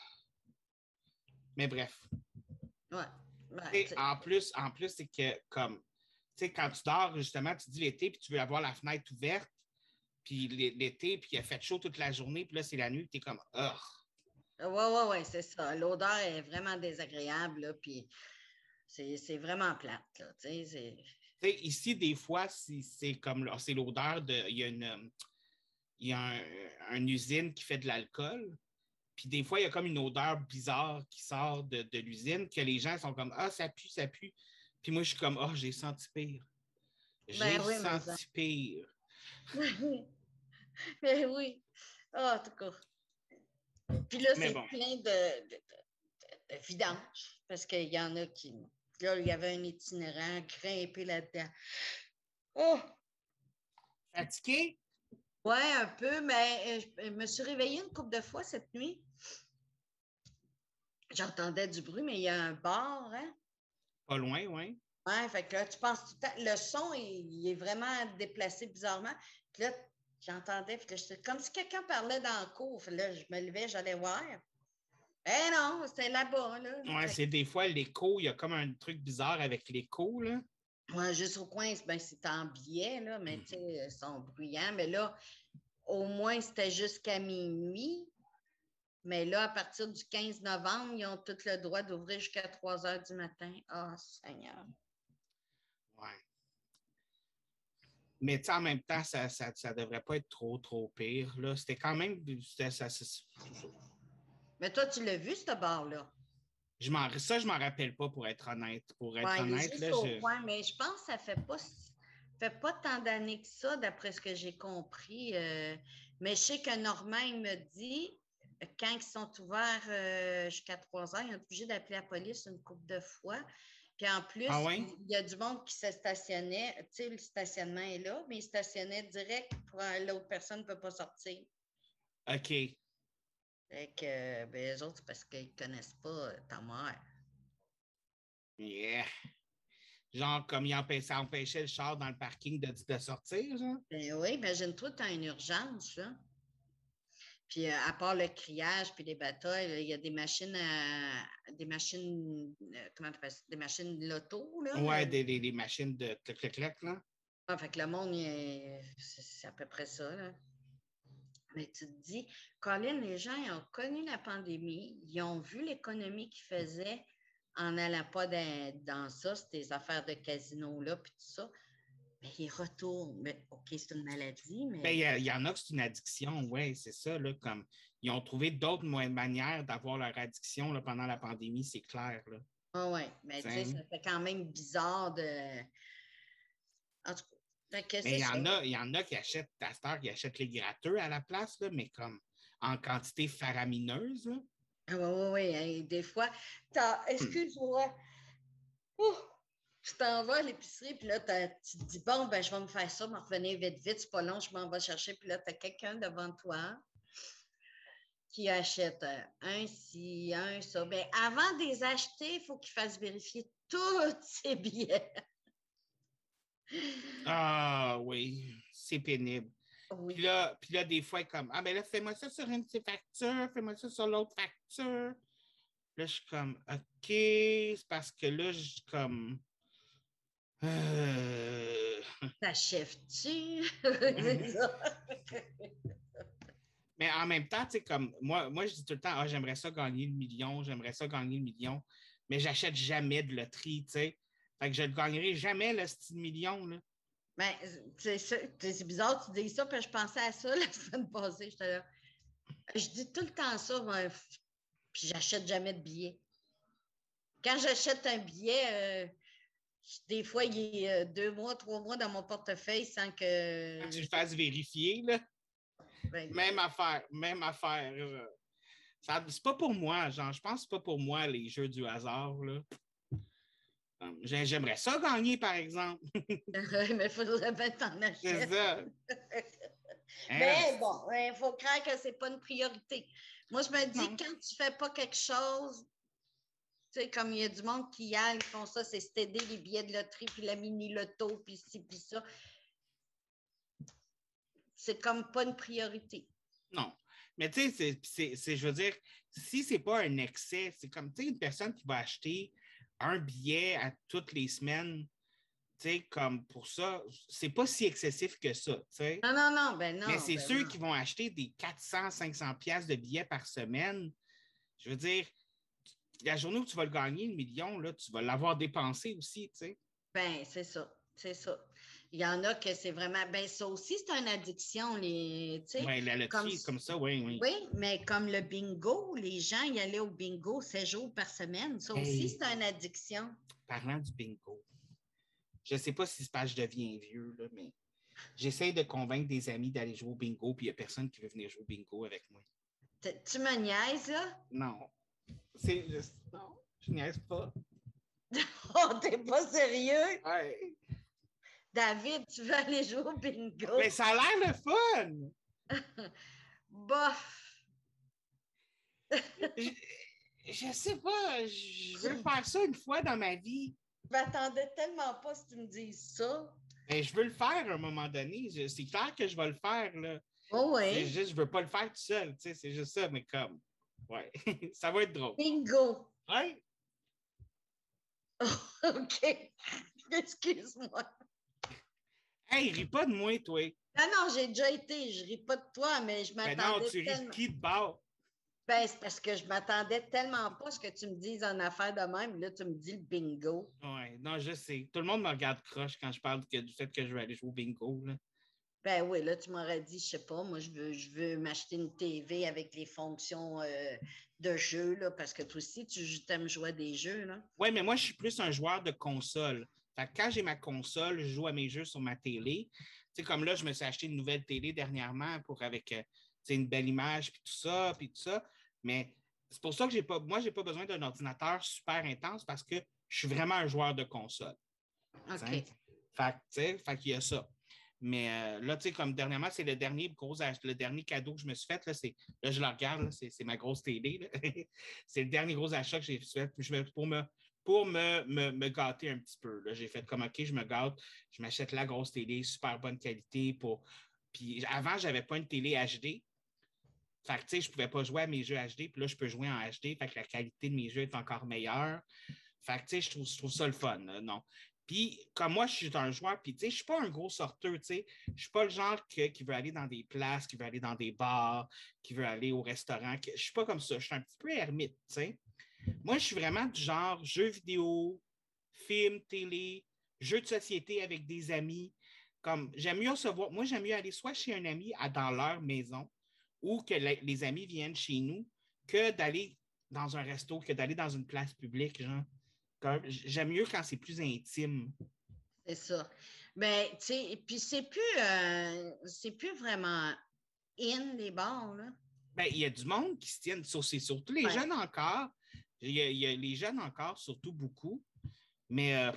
Mais bref. Ouais. Ben, Et en plus, en plus, c'est que comme, tu sais, quand tu dors, justement, tu dis l'été, puis tu veux avoir la fenêtre ouverte, puis l'été, puis il a fait chaud toute la journée, puis là, c'est la nuit, tu es comme, oh. Oui, oui, oui, c'est ça. L'odeur est vraiment désagréable, là, puis c'est, c'est vraiment plate, là, tu sais, c'est... Tu sais, ici, des fois, c'est, c'est comme, c'est l'odeur de, il y a une, il y a un, une usine qui fait de l'alcool, puis des fois, il y a comme une odeur bizarre qui sort de, de l'usine, que les gens sont comme, ah, ça pue, ça pue. Puis moi, je suis comme, ah, oh, j'ai senti pire. J'ai Ben oui, mais ça... senti pire. Ben oui. Oh, en tout cas. Puis là, Mais c'est bon. plein de, de, de, de vidanges, parce qu'il y en a qui... Là, il y avait un itinérant grimpé là-dedans. Oh! Fatigué? Oui, un peu, mais je, je me suis réveillée une couple de fois cette nuit. J'entendais du bruit, mais il y a un bar, hein? Pas loin, oui. Ouais, fait que là, tu penses tout le temps, le son, il, il est vraiment déplacé bizarrement. Puis là, j'entendais, puis là, j'étais comme si quelqu'un parlait dans le cour. Puis là, je me levais, j'allais voir. Eh non, c'était là-bas, là. Ouais, Fait c'est des fois l'écho, il y a comme un truc bizarre avec l'écho, là. ouais, juste au coin, ben, c'est en biais, là, mais tu sais, ils sont bruyants. Mais là, au moins, c'était jusqu'à minuit. Mais là, à partir du quinze novembre, ils ont tout le droit d'ouvrir jusqu'à trois heures du matin. Ah, oh, Seigneur. Ouais. Mais en même temps, ça, ça, ça devrait pas être trop, trop pire. Là. C'était quand même. C'était, ça, ça, Mais toi, tu l'as vu, ce bar-là? Je m'en, ça, je m'en rappelle pas, pour être honnête. Pour être Ouais, il est honnête, juste là, au je... coin, mais je pense que ça fait pas, fait pas tant d'années que ça, d'après ce que j'ai compris. euh, mais je sais que Normand, il me dit, quand ils sont ouverts euh, jusqu'à trois heures, ils sont obligés d'appeler la police une couple de fois. Puis en Ah plus, ouais? il y a du monde qui se stationnait. Tu sais, le stationnement est là, mais il stationnait direct pour euh, l'autre personne ne peut pas sortir. OK. Fait que, ben, les autres, c'est parce qu'ils ne connaissent pas euh, ta mère. Yeah. Genre, comme il empêchait, ça empêchait le char dans le parking de, de sortir, genre? Ben oui, imagine-toi, tu as une urgence, là. Puis euh, à part le criage puis les batailles, là, il y a des machines à, des machines euh, comment tu appelles ça? Des machines loto, là. Ouais, euh. des, des, des machines de clic-clic-clic, là. Ah, fait que le monde, c'est c'est à peu près ça, là. Mais tu te dis, Colin, les gens ils ont connu la pandémie, ils ont vu l'économie qu'ils faisaient en n'allant pas dans, dans ça, ces affaires de casino-là, puis tout ça. Mais ils retournent. Mais, OK, c'est une maladie, Ben, mais il y, y, en a que c'est une addiction, ouais, c'est ça, là, comme ils ont trouvé d'autres manières d'avoir leur addiction là, pendant la pandémie, c'est clair, là. ah ouais, mais tu sais, T'sais. ça fait quand même bizarre de. En tout cas, fait que Mais c'est il y ça. en a, il y en a qui achètent, à cette heure, qui achètent les gratteux à la place, là, mais comme en quantité faramineuse, là. Ah oui, oui, oui. Hein, des fois, t'as, Hmm. excuse-moi, ouh, tu t'en vas à l'épicerie, puis là, t'as- tu te dis, bon, ben, je vais me faire ça, me revenir vite, vite, c'est pas long, je m'en vais chercher, puis là, tu as quelqu'un devant toi qui achète euh, un ci, un ça. Ben, avant de les acheter, il faut qu'il fasse vérifier tous ses billets. Ah oui, c'est pénible. Puis Oui. là, puis là, des fois, comme, ah ben là, fais-moi ça sur une de ces factures, fais-moi ça sur l'autre facture. Là, je suis comme, OK, c'est parce que là, je suis comme, euh... T'achèves-tu? C'est ça. Mais en même temps, tu sais, comme, moi, moi, je dis tout le temps, ah, j'aimerais ça gagner le million, j'aimerais ça gagner le million, mais j'achète jamais de loterie, tu sais. Fait que je ne gagnerai jamais le style million, là. Ben, c'est, c'est bizarre que tu dis ça, parce que je pensais à ça la semaine passée. J'étais là. Je dis tout le temps ça, moi, puis j'achète jamais de billets. Quand j'achète un billet, euh, des fois, il est euh, deux mois, trois mois dans mon portefeuille sans Quand tu que. le fasses vérifier, là, Ben, même affaire, même affaire. euh, Ça, c'est pas pour moi, genre, je pense que c'est pas pour moi les jeux du hasard, là. J'aimerais ça gagner, par exemple. mais il faudrait bien que t'en C'est achètes. ça. Hein? Mais bon, il faut croire que c'est pas une priorité. Moi, je me dis, Non. quand tu fais pas quelque chose, tu sais, comme il y a du monde qui y a, ils font ça, c'est s'aider les billets de loterie, puis la mini-loto, puis ci, puis ça. C'est comme pas une priorité. Non. Mais tu sais, je veux dire, si c'est pas un excès, c'est comme, tu sais, une personne qui va acheter un billet à toutes les semaines, tu sais, comme pour ça, c'est pas si excessif que ça, tu sais. Non, non, non, ben Mais non, c'est ben ceux non. qui vont acheter des quatre cents, cinq cents pièces de billets par semaine. Je veux dire, la journée où tu vas le gagner, le million, là, tu vas l'avoir dépensé aussi, tu sais. Ben, c'est ça, c'est ça. Il y en a que c'est vraiment, ben ça aussi, c'est une addiction, les, tu sais, Oui, la comme, loterie, comme ça, oui, oui. oui, mais comme le bingo, les gens y allaient au bingo sept jours par semaine, ça aussi, Hey, c'est une addiction. parlant du bingo, je ne sais pas si c'est pas je deviens vieux, là, mais j'essaie de convaincre des amis d'aller jouer au bingo, puis il n'y a personne qui veut venir jouer au bingo avec moi. Tu me niaises, là? Non, c'est juste, non, je niaise pas. Oh, t'es pas sérieux? Ouais. David, tu veux aller jouer au Mais bingo? ça a l'air le fun! Bof! Je, je sais pas, je veux faire ça une fois dans ma vie. Je m'attendais tellement pas si tu me dises ça. Mais je veux le faire à un moment donné. Je- C'est clair que je vais le faire, là. Oh C'est oui. juste, je veux pas le faire tout seul, tu sais, c'est juste ça, mais comme, ouais, ça va être drôle. Bingo! Ouais? OK. Excuse-moi. Hey, ris pas de moi, toi. Ah non, j'ai déjà été. Je ris pas de toi, mais je Ben non, m'attendais tu ris de tellement. qui de bord? Ben, c'est parce que je m'attendais tellement pas à ce que tu me dises en affaire de même. Là, tu me dis le bingo. Ouais, non, je sais. Tout le monde me regarde croche quand je parle que, du fait que je vais aller jouer au bingo, là. Ben oui, là, tu m'aurais dit, je sais pas, moi, je veux, je veux m'acheter une T V avec les fonctions euh, de jeux, là, parce que toi aussi, tu aimes jouer à des jeux, là. Oui, mais moi, je suis plus un joueur de console. Fait que quand j'ai ma console, je joue à mes jeux sur ma télé. Tu sais, comme là, je me suis acheté une nouvelle télé dernièrement pour avec euh, une belle image, puis tout ça, puis tout ça. Mais c'est pour ça que j'ai pas, moi, j'ai pas besoin d'un ordinateur super intense parce que je suis vraiment un joueur de console. OK. Fait, fait qu'il y a ça. Mais euh, là, tu sais, comme dernièrement, c'est le dernier gros le dernier cadeau que je me suis fait. Là, là je le regarde, là, c'est, c'est ma grosse télé. C'est le dernier gros achat que j'ai fait je me, pour, me, pour me, me, me gâter un petit peu. Là. J'ai fait comme OK, je me gâte, je m'achète la grosse télé, super bonne qualité. Pour... Puis avant, je n'avais pas une télé H D. Fait que, tu sais, je ne pouvais pas jouer à mes jeux H D, puis là, je peux jouer en H D. Fait que la qualité de mes jeux est encore meilleure. Fait que, tu sais, je trouve, je trouve ça le fun. Là, non. Puis, comme moi, je suis un joueur, puis, tu sais, je ne suis pas un gros sorteur, tu sais. Je ne suis pas le genre que, qui veut aller dans des places, qui veut aller dans des bars, qui veut aller au restaurant. Je ne suis pas comme ça. Je suis un petit peu ermite, tu sais. Moi, je suis vraiment du genre jeux vidéo, films, télé, jeux de société avec des amis. Comme, j'aime mieux se voir. Moi, j'aime mieux aller soit chez un ami à, dans leur maison ou que la, les amis viennent chez nous que d'aller dans un resto, que d'aller dans une place publique, genre. J'aime mieux quand c'est plus intime. C'est ça. Ben, tu sais, puis c'est plus, euh, c'est plus vraiment in les bars, là. Ben, il y a du monde qui se tiennent, c'est surtout les Ouais. jeunes encore. Il y, a, il y a les jeunes encore, surtout beaucoup. Mais euh,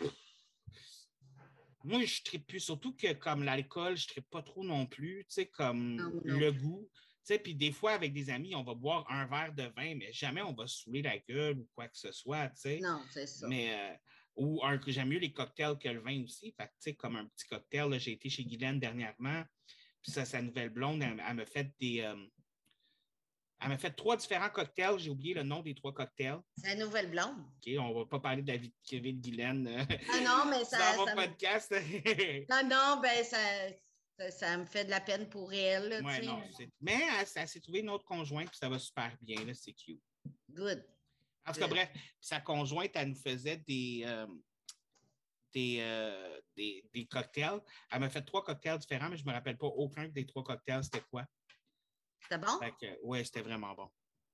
moi, je ne tripe plus, surtout que comme l'alcool, je ne tripe pas trop non plus, tu sais, comme Non, non. le goût. Tu sais, puis des fois, avec des amis, on va boire un verre de vin, mais jamais on va se saouler la gueule ou quoi que ce soit, tu sais. Non, c'est ça. Mais, euh, ou un, j'aime mieux les cocktails que le vin aussi. Fait que, tu sais, comme un petit cocktail, là, j'ai été chez Guylaine dernièrement, puis ça, sa nouvelle blonde, elle, elle m'a fait des... Euh, elle m'a fait trois différents cocktails. J'ai oublié le nom des trois cocktails. C'est la nouvelle blonde. OK, on ne va pas parler de David Kevin Guylaine. Euh, ah non, mais ça... dans mon ça podcast. Me... non, non, ben ça, ça, ça, me fait de la peine pour elle. Ouais, non, c'est... Mais elle, elle s'est trouvée une autre conjointe, puis ça va super bien. Là, c'est cute. Good. En tout cas, bref, sa conjointe, elle nous faisait des... Euh, Des, euh, des, des cocktails. Elle m'a fait trois cocktails différents, mais je ne me rappelle pas aucun des trois cocktails, c'était quoi. C'était bon? Oui, c'était vraiment bon.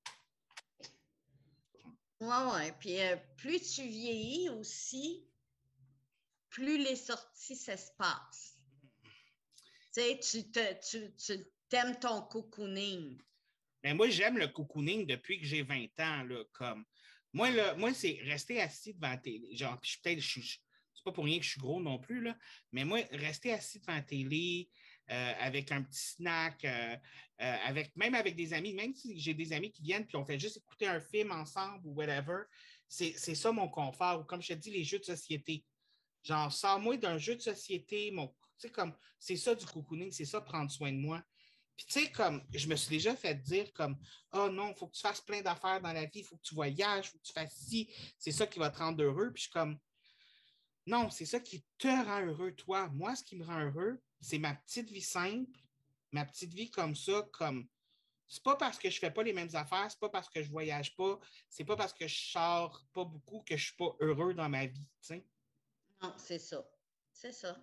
Oui, oui. Puis euh, plus tu vieillis aussi, plus les sorties, ça se passe. Tu sais, tu, te, tu, tu t'aimes ton cocooning. Mais moi, j'aime le cocooning depuis que j'ai vingt ans. Là, comme... Moi, là, moi c'est rester assis devant la télé. Genre, puis peut-être, je suis... c'est pas pour rien que je suis gros non plus, là, mais moi, rester assis devant la télé, euh, avec un petit snack, euh, euh, avec, même avec des amis, même si j'ai des amis qui viennent et on fait juste écouter un film ensemble ou whatever, c'est, c'est ça mon confort. Ou comme je te dis, les jeux de société. Genre, sors-moi d'un jeu de société, mon... comme, c'est ça du cocooning, c'est ça prendre soin de moi. Puis, tu sais, comme, je me suis déjà fait dire comme, oh non, il faut que tu fasses plein d'affaires dans la vie, il faut que tu voyages, il faut que tu fasses ci, c'est ça qui va te rendre heureux. Puis, je suis comme, non, c'est ça qui te rend heureux, toi. Moi, ce qui me rend heureux, c'est ma petite vie simple, ma petite vie comme ça, comme, c'est pas parce que je fais pas les mêmes affaires, c'est pas parce que je voyage pas, c'est pas parce que je sors pas beaucoup que je suis pas heureux dans ma vie, tu sais. Non, c'est ça. C'est ça.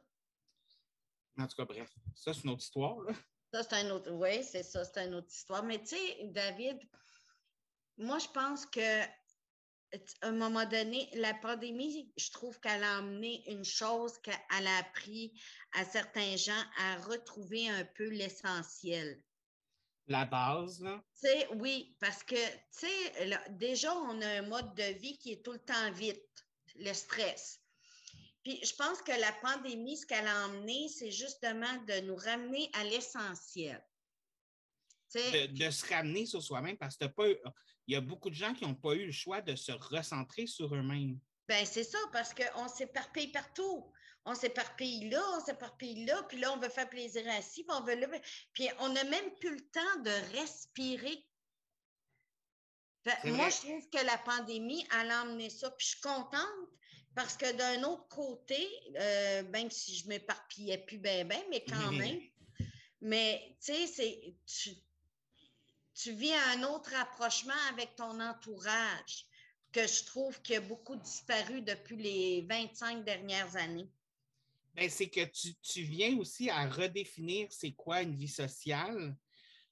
En tout cas, bref, ça, c'est une autre histoire, là. Ça, c'est un autre... Oui, c'est ça, c'est une autre histoire. Mais tu sais, David, moi, je pense que à un moment donné, la pandémie, je trouve qu'elle a amené une chose qu'elle a appris à certains gens à retrouver un peu l'essentiel. La base, là. Tu sais, oui, parce que, tu sais, là, déjà, on a un mode de vie qui est tout le temps vite, le stress. Puis, je pense que la pandémie, ce qu'elle a emmené, c'est justement de nous ramener à l'essentiel. De, de se ramener sur soi-même parce que pas, il y a beaucoup de gens qui n'ont pas eu le choix de se recentrer sur eux-mêmes. Bien, c'est ça, parce qu'on s'éparpille partout. On s'éparpille là, on s'éparpille là, puis là, on veut faire plaisir à ci, puis on veut là. Puis on n'a même plus le temps de respirer. Fait, moi, je trouve que la pandémie, elle a emmené ça, puis je suis contente parce que d'un autre côté, euh, même si je ne m'éparpillais plus bien, bien, mais quand même, mais tu sais, c'est, tu, tu vis un autre rapprochement avec ton entourage que je trouve qui a beaucoup disparu depuis les vingt-cinq dernières années. Ben, c'est que tu, tu viens aussi à redéfinir c'est quoi une vie sociale.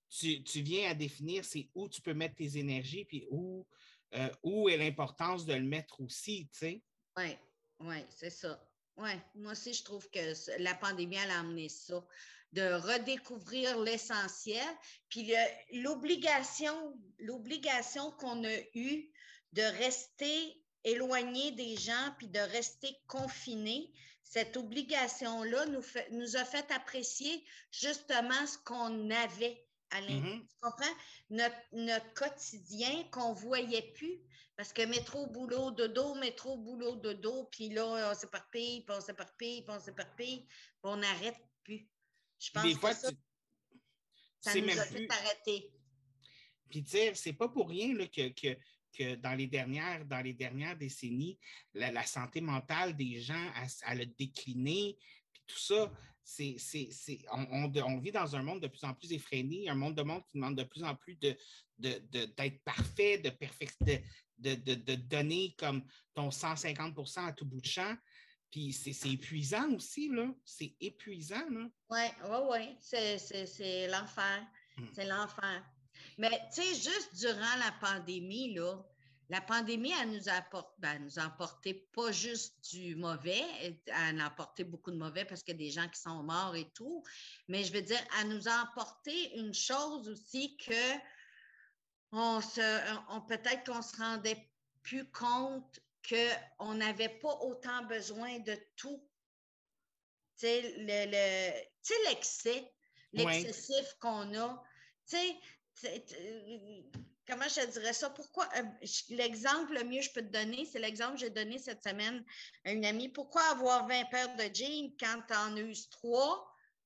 tu, tu viens à définir c'est où tu peux mettre tes énergies, puis où, euh, où est l'importance de le mettre aussi, tu sais. Oui, oui, c'est ça. Oui, moi aussi, je trouve que la pandémie, elle a amené ça, de redécouvrir l'essentiel, puis l'obligation, l'obligation qu'on a eue de rester éloigné des gens, puis de rester confiné, cette obligation-là nous, fait, nous a fait apprécier justement ce qu'on avait à l'intérieur. Mm-hmm. Tu comprends? Notre, notre quotidien qu'on ne voyait plus. Parce que métro, boulot, dodo, métro, boulot, dodo, puis là, on s'éparpille, puis on s'éparpille, puis on s'éparpille, puis on n'arrête plus. Je pense des fois, que ça, tu... ça nous a fait arrêter. Puis dire, c'est pas pour rien là, que, que, que dans, les dernières, dans les dernières décennies, la, la santé mentale des gens, elle, elle a décliné, puis tout ça. C'est, c'est, c'est, on, on, on vit dans un monde de plus en plus effréné, un monde de monde qui demande de plus en plus de, de, de, d'être parfait, de, perfect, de, de, de, de donner comme ton cent cinquante pour cent à tout bout de champ. Puis c'est, c'est épuisant aussi, là. C'est épuisant, là. Oui, oui, oui. C'est, c'est, c'est l'enfer. Hum. C'est l'enfer. Mais, tu sais, juste durant la pandémie, là, la pandémie, elle nous a apporté, ben, elle nous a apporté pas juste du mauvais, elle a apporté beaucoup de mauvais parce qu'il y a des gens qui sont morts et tout, mais je veux dire, elle nous a apporté une chose aussi que on se, on, peut-être qu'on se rendait plus compte qu'on n'avait pas autant besoin de tout. Tu sais, le, le, tu sais, l'excès, l'excessif ouais. qu'on a. Tu sais, comment je te dirais ça? Pourquoi? Euh, l'exemple le mieux que je peux te donner, c'est l'exemple que j'ai donné cette semaine à une amie. Pourquoi avoir vingt paires de jeans quand tu en uses trois?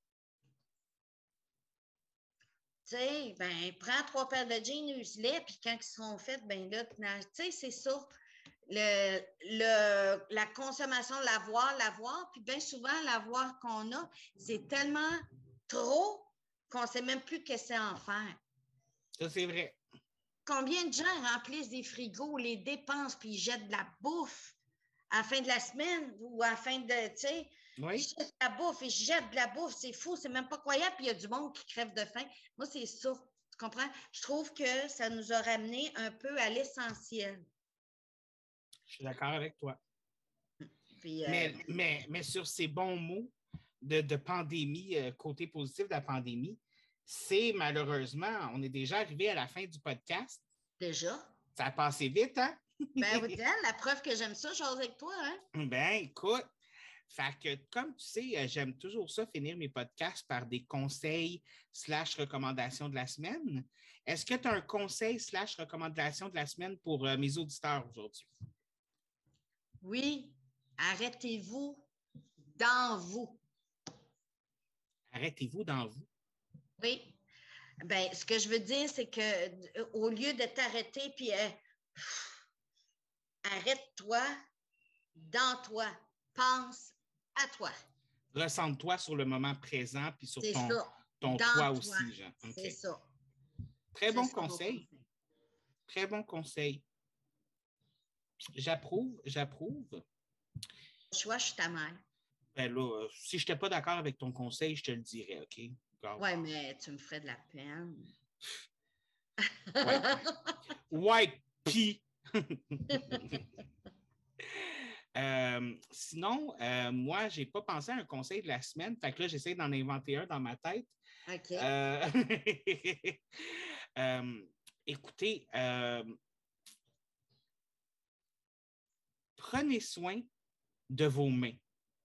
Tu sais, ben, prends trois paires de jeans, use-les, puis quand ils seront faits, ben là, tu sais, c'est ça. Le, le, la consommation, l'avoir, l'avoir, puis bien souvent, l'avoir qu'on a, c'est tellement trop qu'on ne sait même plus qu'est-ce que c'est en faire. Ça, c'est vrai. Combien de gens remplissent des frigos, les dépensent, puis ils jettent de la bouffe à la fin de la semaine ou à la fin de, tu sais, oui. Ils jettent de la bouffe, ils jettent de la bouffe, c'est fou, c'est même pas croyable, puis il y a du monde qui crève de faim. Moi, c'est ça, tu comprends? Je trouve que ça nous a ramené un peu à l'essentiel. Je suis d'accord avec toi. Puis, euh, mais, mais, mais sur ces bons mots de, de pandémie, euh, côté positif de la pandémie, c'est malheureusement, on est déjà arrivé à la fin du podcast. Déjà? Ça a passé vite, hein? Ben, vous dites, la preuve que j'aime ça, chose avec toi, hein? Ben, écoute, fait que, comme tu sais, j'aime toujours ça, finir mes podcasts par des conseils slash recommandations de la semaine. Est-ce que tu as un conseil slash recommandation de la semaine pour euh, mes auditeurs aujourd'hui? Oui, arrêtez-vous dans vous. Arrêtez-vous dans vous? Oui. Ben, ce que je veux dire, c'est que au lieu de t'arrêter, puis euh, arrête-toi dans toi. Pense à toi. Ressens-toi sur le moment présent, puis sur c'est ton, ça. ton dans toi, toi aussi, Jean. Okay. C'est ça. Très c'est bon ça, conseil. Très bon conseil. J'approuve, j'approuve. Le choix, je suis ta mère. Ben là, si je n'étais pas d'accord avec ton conseil, je te le dirais, OK? Oui, mais tu me ferais de la peine. Ouais. Ouais, pis. euh, sinon, euh, moi, je n'ai pas pensé à un conseil de la semaine. Fait que là, j'essaie d'en inventer un dans ma tête. OK. Euh, euh, écoutez, euh, prenez soin de vos mains.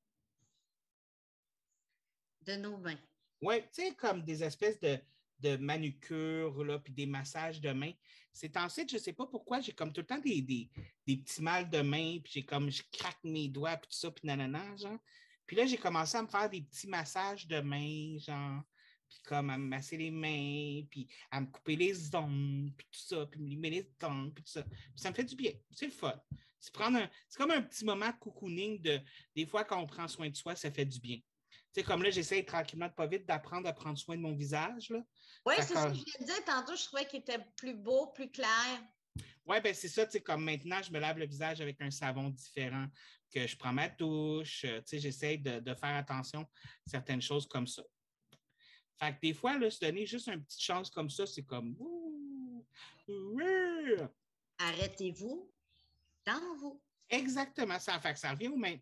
De nos mains. Oui, tu sais, comme des espèces de, de manucures, là, puis des massages de mains. C'est ensuite, je ne sais pas pourquoi, j'ai comme tout le temps des, des, des petits mal de mains, puis j'ai comme, je craque mes doigts, puis tout ça, puis nanana, genre. Puis là, j'ai commencé à me faire des petits massages de mains, genre, puis comme à me masser les mains, puis à me couper les ongles, puis tout ça, puis me limer les ongles, puis tout ça. Puis ça me fait du bien. C'est le fun. C'est, prendre un, c'est comme un petit moment de cocooning de, des fois, quand on prend soin de soi, ça fait du bien. Tu sais, comme là, j'essaie tranquillement de pas vite d'apprendre à prendre soin de mon visage. Là. Oui, c'est quand... ce que je viens de dire. Tantôt, je trouvais qu'il était plus beau, plus clair. Oui, bien, c'est ça. Tu sais, comme maintenant, je me lave le visage avec un savon différent, que je prends ma douche. Tu sais, j'essaie de, de faire attention à certaines choses comme ça. Fait que des fois, là, se donner juste une petite chance comme ça, c'est comme ouh, ouh. Arrêtez-vous dans vous. Exactement ça. Fait que ça revient aux mains.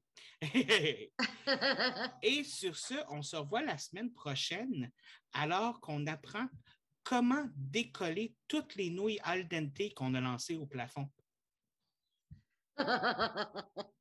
Et sur ce, on se revoit la semaine prochaine alors qu'on apprend comment décoller toutes les nouilles al dente qu'on a lancées au plafond.